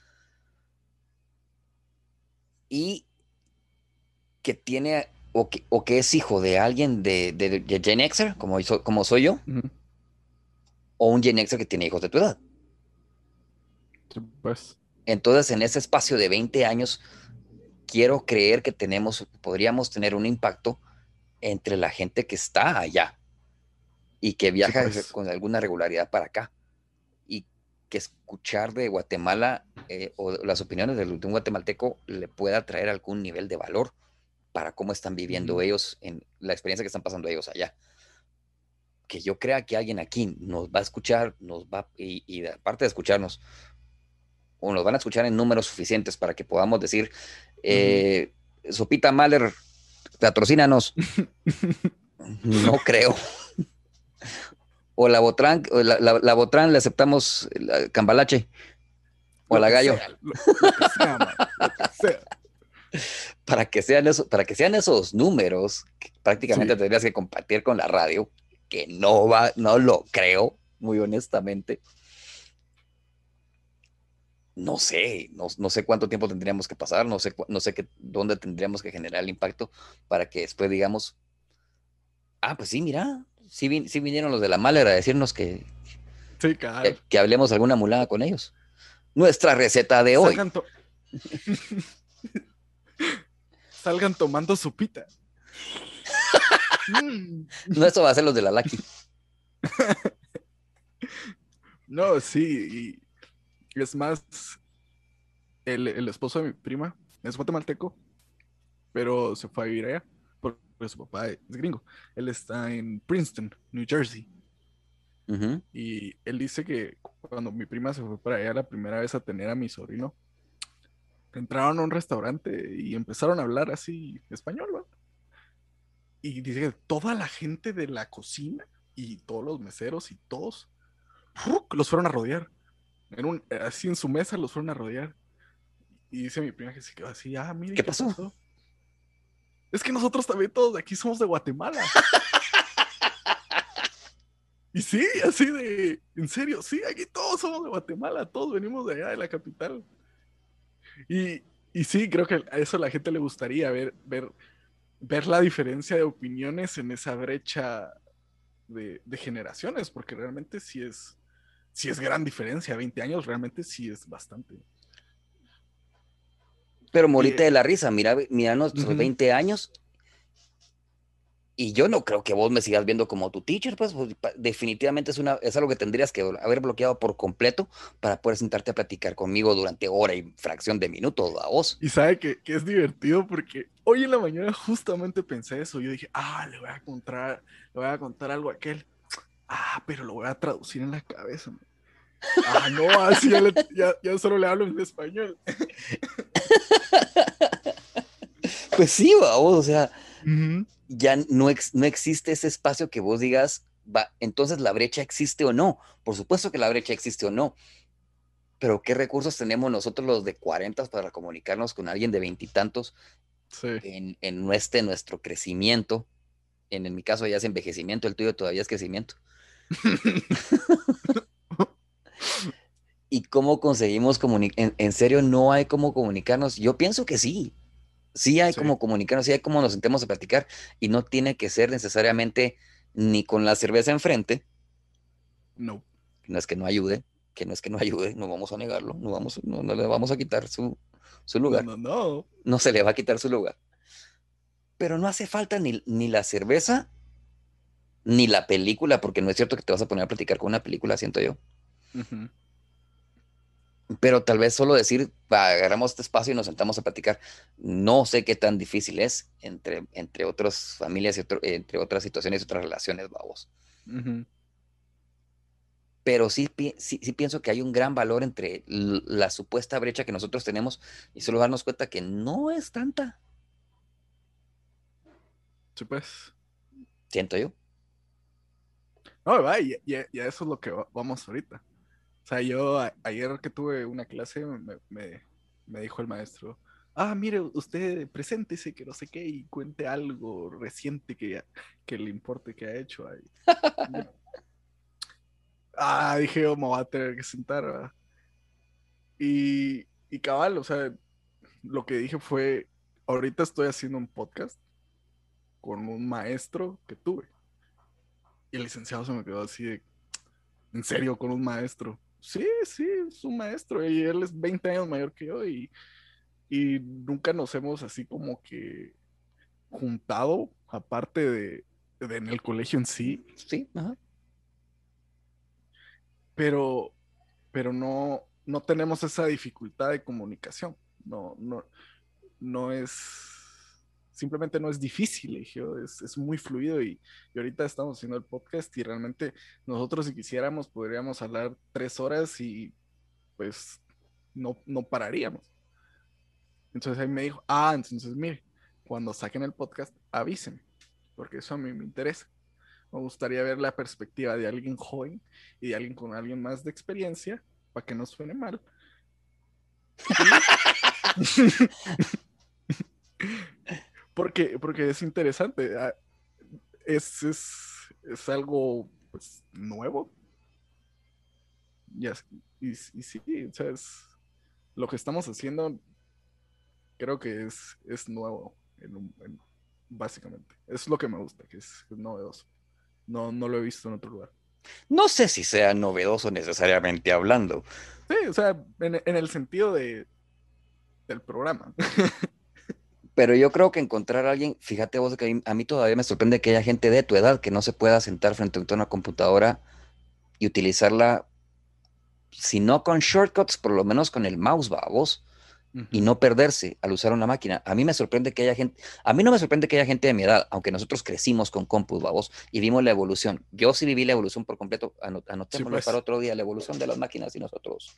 Speaker 2: y que tiene o que, o que es hijo de alguien de, de, de Gen Xer, como, hizo- como soy yo,
Speaker 1: Ujú.
Speaker 2: o un Gen Xer que tiene hijos de tu edad.
Speaker 1: Sí, pues.
Speaker 2: Entonces, en ese espacio de veinte años, quiero creer que tenemos, podríamos tener un impacto entre la gente que está allá y que
Speaker 1: Sí,
Speaker 2: viaja
Speaker 1: pues.
Speaker 2: con alguna regularidad para acá. Y que escuchar de Guatemala eh, o las opiniones de un guatemalteco le pueda traer algún nivel de valor para cómo están viviendo
Speaker 1: Ujú.
Speaker 2: ellos en la experiencia que están pasando ellos allá. Que yo crea que alguien aquí nos va a escuchar, nos va, y, y aparte de escucharnos, o nos van a escuchar en números suficientes para que podamos decir,
Speaker 1: Ujú.
Speaker 2: eh, Sopita Mahler, patrocínanos. No creo. O la Botran, o la, la, la Botran le aceptamos la Cambalache o a
Speaker 1: Lo
Speaker 2: la
Speaker 1: que
Speaker 2: Gallo
Speaker 1: sea, lo, lo que sea, man, lo que sea.
Speaker 2: para que sean eso, para que sean esos números que prácticamente
Speaker 1: Sí,
Speaker 2: tendrías que compartir con la radio, que no va, no lo creo, muy honestamente. No sé, no, no sé cuánto tiempo tendríamos que pasar, no sé, no sé qué, dónde tendríamos que generar el impacto para que después digamos, ah, pues sí, mira, sí, vin, sí vinieron los de la Malera a decirnos que,
Speaker 1: sí, cabal.
Speaker 2: que, que hablemos alguna mulada con ellos. Nuestra receta de hoy.
Speaker 1: Sacan to- salgan tomando sopita. Mm.
Speaker 2: No, eso va a ser los de la Lucky.
Speaker 1: No, sí, y es más, el, el esposo de mi prima es guatemalteco, pero se fue a vivir allá, porque su papá es gringo. Él está en Princeton, New Jersey,
Speaker 2: Uh-huh.
Speaker 1: y él dice que cuando mi prima se fue para allá la primera vez a tener a mi sobrino, entraron a un restaurante y empezaron a hablar así español, ¿no? Y dice que toda la gente de la cocina y todos los meseros y todos ¡fuc! Los fueron a rodear. En un, así en su mesa los fueron a rodear. Y dice mi prima que se quedó así, ah, mire,
Speaker 2: ¿Qué
Speaker 1: ¿qué
Speaker 2: pasó?
Speaker 1: pasó? Es que nosotros también todos de aquí somos de Guatemala. Y sí, así de, en serio, sí, aquí todos somos de Guatemala, todos venimos de allá, de la capital. Y, y sí, creo que a eso a la gente le gustaría ver, ver, ver la diferencia de opiniones en esa brecha de, de generaciones, porque realmente sí es, sí es gran diferencia. veinte años realmente sí es bastante.
Speaker 2: Pero
Speaker 1: Y,
Speaker 2: morite
Speaker 1: eh,
Speaker 2: de la risa, mira, mira nuestros
Speaker 1: ujú,
Speaker 2: veinte años. Y yo no creo que vos me sigas viendo como tu teacher, pues, pues, pa- definitivamente es, una, es algo que tendrías que haber bloqueado por completo para poder sentarte a platicar conmigo durante hora y fracción de minutos a vos.
Speaker 1: y sabe que, que es divertido porque hoy en la mañana justamente pensé eso. Yo dije, ah, le voy a contar, le voy a contar algo a aquel. Ah, pero lo voy a traducir en la cabeza. Man. Ah, no, así ya, le- ya, ya solo le hablo en español.
Speaker 2: Pues sí, va, vos, o sea,
Speaker 1: Ujú.
Speaker 2: ya no, ex- no existe ese espacio que vos digas, va, entonces la brecha existe o no. Por supuesto que la brecha existe o no, pero ¿qué recursos tenemos nosotros los de cuarenta para comunicarnos con alguien de veintitantos
Speaker 1: Sí.
Speaker 2: en, en nuestro, nuestro crecimiento? En, en mi caso ya es envejecimiento, el tuyo todavía es crecimiento. ¿Y cómo conseguimos comunicar? En, en serio, no hay cómo comunicarnos. Yo pienso que sí, sí hay
Speaker 1: Sí,
Speaker 2: cómo comunicarnos, sí hay cómo nos sentemos a platicar y no tiene que ser necesariamente ni con la cerveza enfrente,
Speaker 1: no.
Speaker 2: que no es que no ayude, que no es que no ayude, no vamos a negarlo, no, vamos, no, no le vamos a quitar su, su
Speaker 1: No,
Speaker 2: lugar,
Speaker 1: no, no.
Speaker 2: no se le va a quitar su lugar, pero no hace falta ni, ni la cerveza ni la película, porque no es cierto que te vas a poner a platicar con una película, siento yo.
Speaker 1: Ujú.
Speaker 2: Pero tal vez solo decir, "Va, agarramos este espacio y nos sentamos a platicar". No sé qué tan difícil es entre, entre otras familias y otro- entre otras situaciones y otras relaciones, vamos.
Speaker 1: Ujú.
Speaker 2: Pero sí, pi- sí, sí pienso que hay un gran valor entre l- la supuesta brecha que nosotros tenemos y solo darnos cuenta que no es tanta,
Speaker 1: Sí, pues.
Speaker 2: siento yo.
Speaker 1: No, va, y, y- y a eso es lo que va- vamos ahorita. O sea, yo a- ayer que tuve una clase me, me, me dijo el maestro, ah, mire, usted preséntese que no sé qué y cuente algo reciente que, que le importe que ha hecho ahí. Y yo, ah, dije, yo me voy a tener que sentar, ¿verdad? Y, y cabal, o sea, lo que dije fue, ahorita estoy haciendo un podcast con un maestro que tuve. Y el licenciado se me quedó así de, ¿en serio con un maestro? Sí, sí, es un maestro y él es veinte años mayor que yo y, y nunca nos hemos así como que juntado, aparte de, de en el colegio en sí,
Speaker 2: Sí, ajá.
Speaker 1: pero, pero no, no tenemos esa dificultad de comunicación. No, no, no es, simplemente no es difícil, dije yo, es, es muy fluido y, y ahorita estamos haciendo el podcast y realmente nosotros si quisiéramos podríamos hablar tres horas y pues no, no pararíamos. Entonces ahí me dijo, ah, entonces mire, cuando saquen el podcast, avísenme, porque eso a mí me interesa. Me gustaría ver la perspectiva de alguien joven y de alguien con alguien más de experiencia, para que no suene mal. Y porque, porque es interesante, ah, es, es, es algo pues, nuevo. Y, es- y, y sí, o sea, es, lo que estamos haciendo creo que es, es nuevo, en un- en- básicamente. Es lo que me gusta, que es, es novedoso. No, no lo he visto en otro lugar.
Speaker 2: No sé si sea novedoso necesariamente hablando.
Speaker 1: Sí, o sea, en, en el sentido de, del programa.
Speaker 2: Pero yo creo que encontrar a alguien, fíjate vos que a mí, a mí todavía me sorprende que haya gente de tu edad que no se pueda sentar frente a una computadora y utilizarla, si no con shortcuts, por lo menos con el mouse, va, vos, y
Speaker 1: Ujú.
Speaker 2: no perderse al usar una máquina. A mí me sorprende que haya gente, a mí no me sorprende que haya gente de mi edad, aunque nosotros crecimos con compus, va, vos, y vimos la evolución. Yo sí viví la evolución por completo, anot-
Speaker 1: Sí,
Speaker 2: anotémoslo para
Speaker 1: pues,
Speaker 2: otro día, la evolución de las máquinas y nosotros.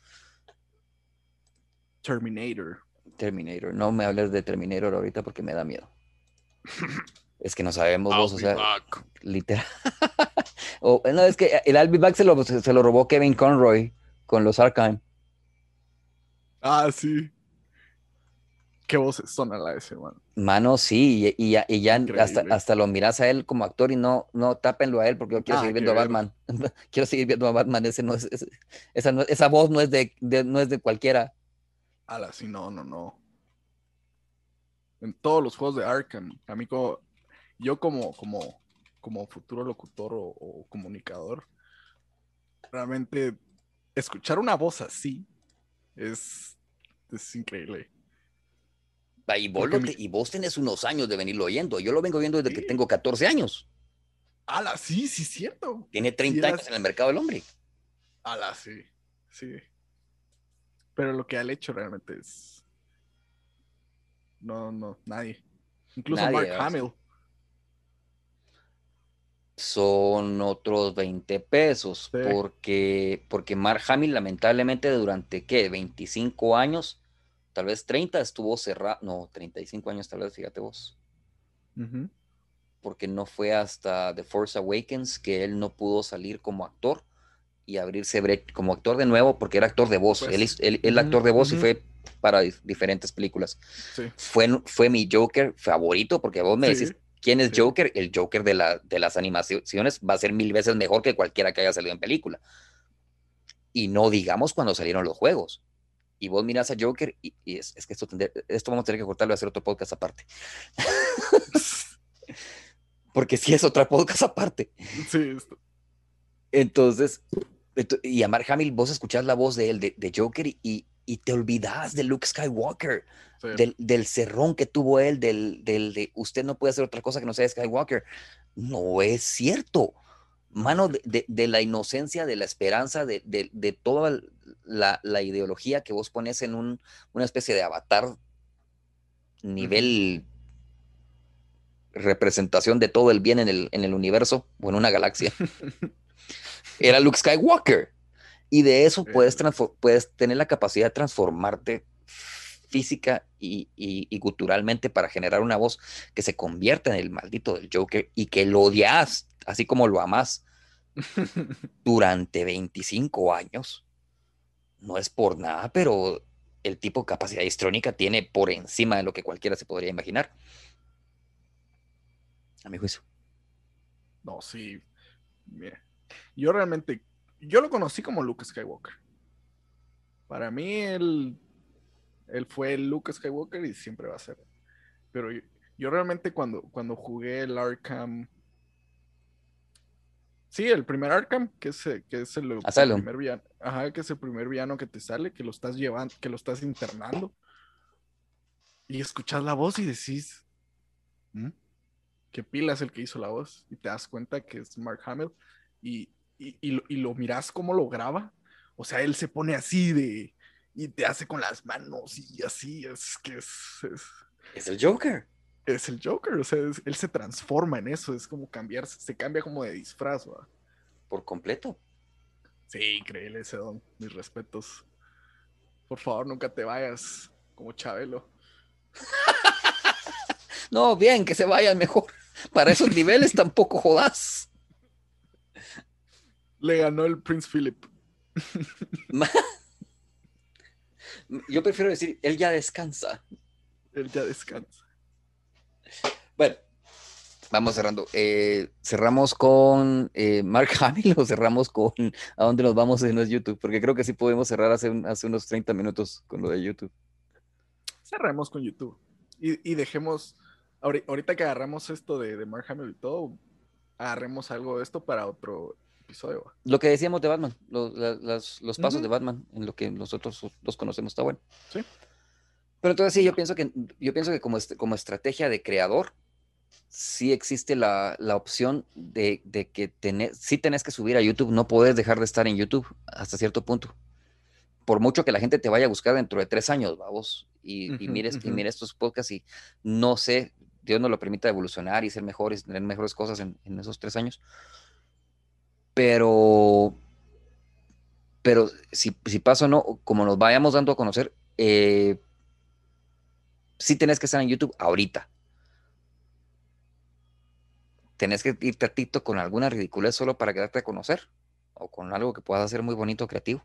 Speaker 1: Terminator.
Speaker 2: Terminator, no me hables de Terminator ahorita porque me da miedo. Es que no sabemos
Speaker 1: I'll
Speaker 2: vos, o
Speaker 1: be
Speaker 2: sea,
Speaker 1: back.
Speaker 2: literal. O, no, es que el I'll Be Back se lo, se, se lo robó Kevin Conroy con los Arkham.
Speaker 1: Ah, sí. Qué voces son a la ese, man.
Speaker 2: Mano, sí, y, y ya, y ya hasta,
Speaker 1: Increíble.
Speaker 2: hasta lo miras a él como actor y no, no tápenlo a él porque yo quiero seguir
Speaker 1: Nada que
Speaker 2: viendo a
Speaker 1: ver.
Speaker 2: Batman. Quiero seguir viendo a Batman. Ese no es, ese- esa, no- esa voz no es de, de- no es de cualquiera.
Speaker 1: Ala, sí, no, no, no. En todos los juegos de Arkham, a mí como, yo como, como, como futuro locutor o, o comunicador, realmente escuchar una voz así es, es increíble.
Speaker 2: Va, Y vos,
Speaker 1: Porque
Speaker 2: lo
Speaker 1: mi,
Speaker 2: te- y vos tenés unos años de venirlo oyendo. Yo lo vengo viendo desde que
Speaker 1: sí,
Speaker 2: tengo catorce años.
Speaker 1: ala, sí, sí, cierto.
Speaker 2: Tiene
Speaker 1: Sí,
Speaker 2: treinta
Speaker 1: él
Speaker 2: años
Speaker 1: hace,
Speaker 2: en el mercado del hombre.
Speaker 1: ala, sí, sí. Pero lo que ha hecho realmente es, no, no, nadie. Incluso Mark
Speaker 2: Nadie, vamos.
Speaker 1: Hamill.
Speaker 2: Son otros veinte pesos,
Speaker 1: Sí.
Speaker 2: porque, porque Mark Hamill lamentablemente durante, ¿qué? Veinticinco años, tal vez treinta estuvo cerrado, no, treinta y cinco años tal vez, fíjate vos,
Speaker 1: Ujú.
Speaker 2: porque no fue hasta The Force Awakens que él no pudo salir como actor y abrirse bre- como actor de nuevo, porque era actor de voz, él,
Speaker 1: Pues,
Speaker 2: es- él, él
Speaker 1: ujú,
Speaker 2: actor de voz y
Speaker 1: ujú.
Speaker 2: fue para dif- diferentes películas.
Speaker 1: Sí,
Speaker 2: Fue, fue mi Joker favorito, porque vos me
Speaker 1: sí,
Speaker 2: decís, ¿quién es
Speaker 1: sí.
Speaker 2: Joker? El Joker de, la, de las animaciones va a ser mil veces mejor que cualquiera que haya salido en película. Y no digamos cuando salieron los juegos. Y vos miras a Joker y, y es, es, que esto, tendré, esto vamos a tener que cortarlo y hacer otro podcast aparte. Porque si sí es otra podcast aparte.
Speaker 1: Sí, esto-
Speaker 2: Entonces, y a Mark Hamill, vos escuchás la voz de él, de, de Joker, y, y, te olvidás de Luke Skywalker,
Speaker 1: sí.
Speaker 2: del, del cerrón que tuvo él, del, del de usted no puede hacer otra cosa que no sea Skywalker. No es cierto.
Speaker 1: No es
Speaker 2: Mano, de,
Speaker 1: cierto.
Speaker 2: de, de la inocencia, de la esperanza, de, de, de toda la, la, ideología que vos pones en un, una especie de avatar
Speaker 1: Ujú.
Speaker 2: nivel representación de todo el bien en el, en el universo o en una galaxia. Era Luke Skywalker. Y de eso puedes,
Speaker 1: El-
Speaker 2: puedes tener la capacidad de transformarte física y, y, y guturalmente para generar una voz que se convierta en el maldito del Joker y que lo odias, así como lo amas, durante veinticinco años. No es por nada, pero el tipo de capacidad histrónica tiene por encima de lo que cualquiera se podría imaginar, a mi juicio.
Speaker 1: No, sí. Mira, yo realmente, yo lo conocí como Luke Skywalker. Para mí, él, él fue el Luke Skywalker y siempre va a ser. Pero yo, yo realmente cuando, cuando jugué el Arkham, sí, el primer Arkham, que es, eh, que es el, el
Speaker 2: Asylum.
Speaker 1: primer villano, ajá, que es el primer villano que te sale, que lo estás llevando, que lo estás internando, y escuchas la voz y decís, ¿Mm? ¿Qué pila es el que hizo la voz? Y te das cuenta que es Mark Hamill, y, y, y, lo, y lo miras cómo lo graba, o sea, él se pone así de, y te hace con las manos y así, es que es, es,
Speaker 2: Es el Joker,
Speaker 1: es el Joker, o sea, es- él se transforma en eso, es como cambiarse, se cambia como de disfraz, ¿va?
Speaker 2: por completo.
Speaker 1: Sí, increíble ese don, mis respetos. Por favor, nunca te vayas como Chabelo.
Speaker 2: No, bien, que se vayan mejor. Para esos niveles tampoco jodas.
Speaker 1: Le ganó el Prince Philip.
Speaker 2: Yo prefiero decir, él ya descansa.
Speaker 1: Él ya descansa.
Speaker 2: Bueno, vamos cerrando. Eh, cerramos con eh, Mark Hamill o cerramos con a dónde nos vamos si no es YouTube, porque creo que sí podemos cerrar hace, un- hace unos treinta minutos con lo de YouTube.
Speaker 1: Cerremos con YouTube. Y, y dejemos, ahori- ahorita que agarramos esto de, de Mark Hamill y todo, agarremos algo de esto para otro episodio. ¿Va?
Speaker 2: Lo que decíamos de Batman, lo- la- las- los pasos de
Speaker 1: Ujú.
Speaker 2: Batman, en lo que nosotros los conocemos, está bueno.
Speaker 1: Sí,
Speaker 2: Pero entonces sí,
Speaker 1: Y
Speaker 2: yo
Speaker 1: ya.
Speaker 2: pienso que, yo pienso que como, est- como estrategia de creador, sí existe la, la opción de, de que tenés, sí tenés que subir a YouTube, no podés dejar de estar en YouTube hasta cierto punto. Por mucho que la gente te vaya a buscar dentro de tres años, vamos, y, y
Speaker 1: Ujú,
Speaker 2: mires, y
Speaker 1: ujú.
Speaker 2: mires estos podcasts y no sé, Dios nos lo permita evolucionar y ser mejores, tener mejores cosas en, en esos tres años, pero, pero si, si pasa o no, como nos vayamos dando a conocer, eh, sí tenés que estar en YouTube ahorita. Tenés que irte a TikTok con alguna ridiculez solo para quedarte a conocer o con algo que pueda ser muy bonito o creativo.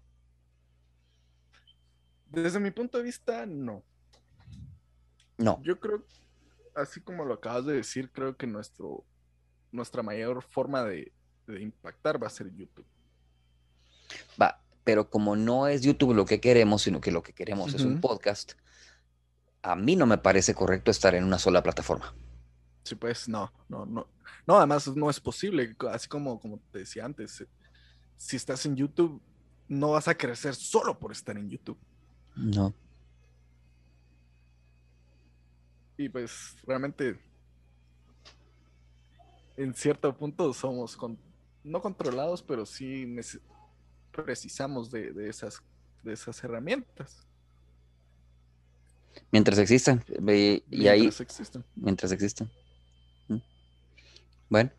Speaker 1: Desde mi punto de vista, no.
Speaker 2: No,
Speaker 1: Yo creo, así como lo acabas de decir, creo que nuestro, nuestra mayor forma de, de impactar va a ser YouTube.
Speaker 2: va, pero como no es YouTube lo que queremos, sino que lo que queremos es un
Speaker 1: Ujú.
Speaker 2: podcast, a mí no me parece correcto estar en una sola plataforma.
Speaker 1: Sí, pues no, no, no. No, además no es posible, así como, como te decía antes, eh, si estás en YouTube, no vas a crecer solo por estar en YouTube.
Speaker 2: No.
Speaker 1: Y pues realmente en cierto punto somos con, no controlados, pero sí nece- precisamos de, de esas, de esas herramientas
Speaker 2: Mientras existan, ve- y ahí,
Speaker 1: mientras existen.
Speaker 2: mientras existan. ¿Mm? Bueno,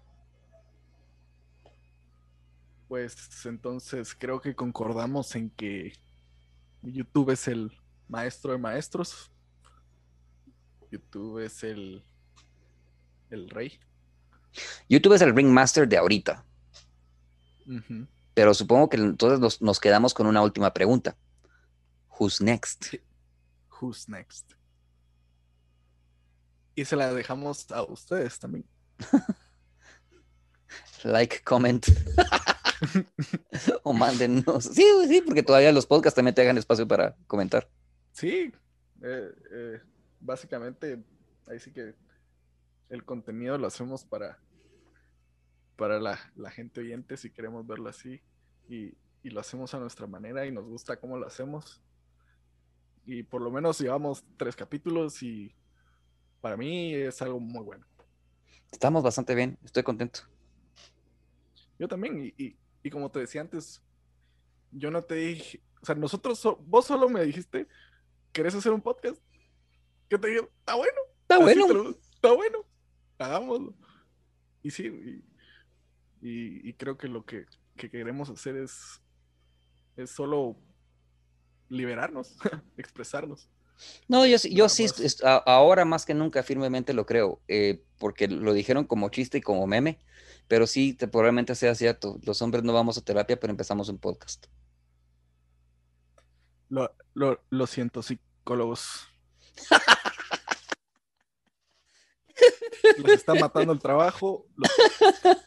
Speaker 1: Pues entonces creo que concordamos en que YouTube es el maestro de maestros, YouTube es el, el rey.
Speaker 2: YouTube es el Ringmaster de ahorita,
Speaker 1: Ujú.
Speaker 2: pero supongo que entonces nos, nos quedamos con una última pregunta. Who's next?
Speaker 1: Who's next? Y se la dejamos a ustedes también.
Speaker 2: Like, comment o mándennos. Sí, sí, porque todavía los podcasts también te hagan espacio para comentar.
Speaker 1: Sí, eh, eh, básicamente ahí sí que el contenido lo hacemos para, para la, la gente oyente si queremos verlo así y, y lo hacemos a nuestra manera y nos gusta cómo lo hacemos. Y por lo menos llevamos tres capítulos y para mí es algo muy bueno.
Speaker 2: Estamos bastante bien, estoy contento.
Speaker 1: Yo también, y, y, y como te decía antes, yo no te dije, o sea, nosotros, so- vos solo me dijiste, ¿querés hacer un podcast? Yo te dije, está bueno,
Speaker 2: Está
Speaker 1: así te
Speaker 2: bueno.
Speaker 1: lo, está bueno, hagámoslo. Y sí, y, y, y creo que lo que, que queremos hacer es, es solo liberarnos, expresarnos,
Speaker 2: No, yo, sí- yo
Speaker 1: nada
Speaker 2: sí, est-
Speaker 1: más.
Speaker 2: est- a- ahora más que nunca firmemente lo creo, eh, porque lo dijeron como chiste y como meme, pero sí, te, probablemente sea cierto. Los hombres no vamos a terapia, pero empezamos un podcast.
Speaker 1: Lo, lo, lo siento, psicólogos. Les está matando el trabajo, lo siento.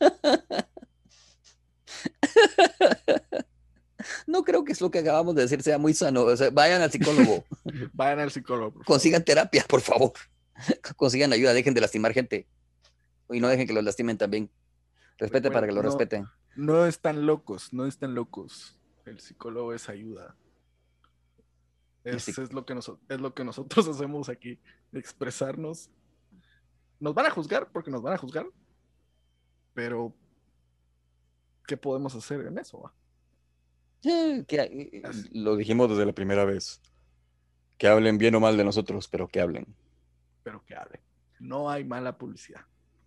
Speaker 2: No creo que es lo que acabamos de decir sea muy sano. O sea, vayan al psicólogo,
Speaker 1: Vayan al psicólogo, por favor.
Speaker 2: consigan terapia, por favor. Consigan ayuda, dejen de lastimar gente y no dejen que los lastimen también. Respeten para que
Speaker 1: Recuerden,
Speaker 2: lo
Speaker 1: no,
Speaker 2: respeten.
Speaker 1: no están locos, no están locos. El psicólogo es ayuda.
Speaker 2: El
Speaker 1: Es,
Speaker 2: psic-
Speaker 1: es, lo que nos, es lo que nosotros hacemos aquí, expresarnos. Nos van a juzgar porque nos van a juzgar, pero ¿qué podemos hacer en eso? Va?
Speaker 2: eh, que, eh,
Speaker 1: Así,
Speaker 2: lo dijimos desde la primera vez. Que hablen bien o mal de nosotros, pero que hablen.
Speaker 1: pero que hable. No hay mala publicidad.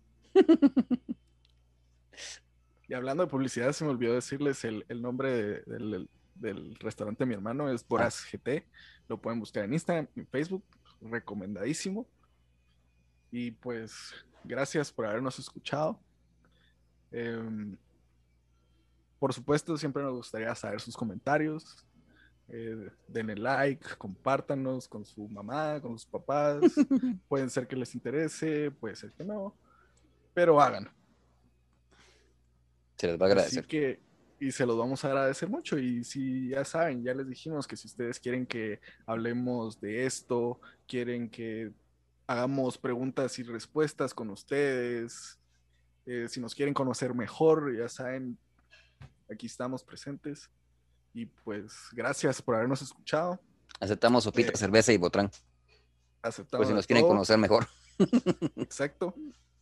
Speaker 1: Y hablando de publicidad, se me olvidó decirles el, el nombre de, del, del, restaurante de mi hermano, es
Speaker 2: Ah,
Speaker 1: Boras G T. Lo pueden buscar en Instagram, en Facebook, recomendadísimo. Y pues, gracias por habernos escuchado. Eh, por supuesto, siempre nos gustaría saber sus comentarios. Eh, denle like, compártanos con su mamá, con sus papás. Pueden ser que les interese, puede ser que no, pero hagan.
Speaker 2: se les va a
Speaker 1: Así
Speaker 2: agradecer.
Speaker 1: que, y se los vamos a agradecer mucho. Y si ya saben, ya les dijimos que si ustedes quieren que hablemos de esto, quieren que hagamos preguntas y respuestas con ustedes, eh, si nos quieren conocer mejor, ya saben, aquí estamos presentes. Y pues gracias por habernos escuchado.
Speaker 2: Aceptamos sopita,
Speaker 1: Eh,
Speaker 2: cerveza y botrán. Pues
Speaker 1: Aceptamos
Speaker 2: si
Speaker 1: de
Speaker 2: nos quieren
Speaker 1: todo.
Speaker 2: conocer mejor.
Speaker 1: Exacto.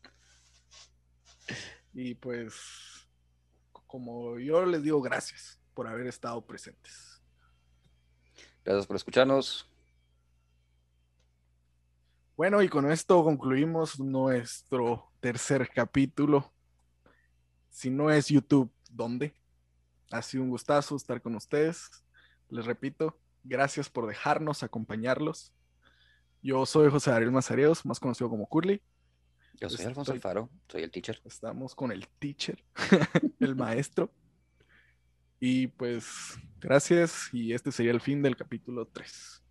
Speaker 1: Y pues, como yo les digo, gracias por haber estado presentes.
Speaker 2: Gracias por escucharnos.
Speaker 1: Bueno, y con esto concluimos nuestro tercer capítulo. Si no es YouTube, ¿dónde? Ha sido un gustazo estar con ustedes. Les repito, gracias por dejarnos acompañarlos. Yo soy José Ariel Mazareos, más conocido como Curly.
Speaker 2: Yo soy Alfonso
Speaker 1: Estoy,
Speaker 2: Alfaro, soy el teacher.
Speaker 1: estamos con el teacher, el maestro. Y pues, gracias. Y este sería el fin del capítulo tres.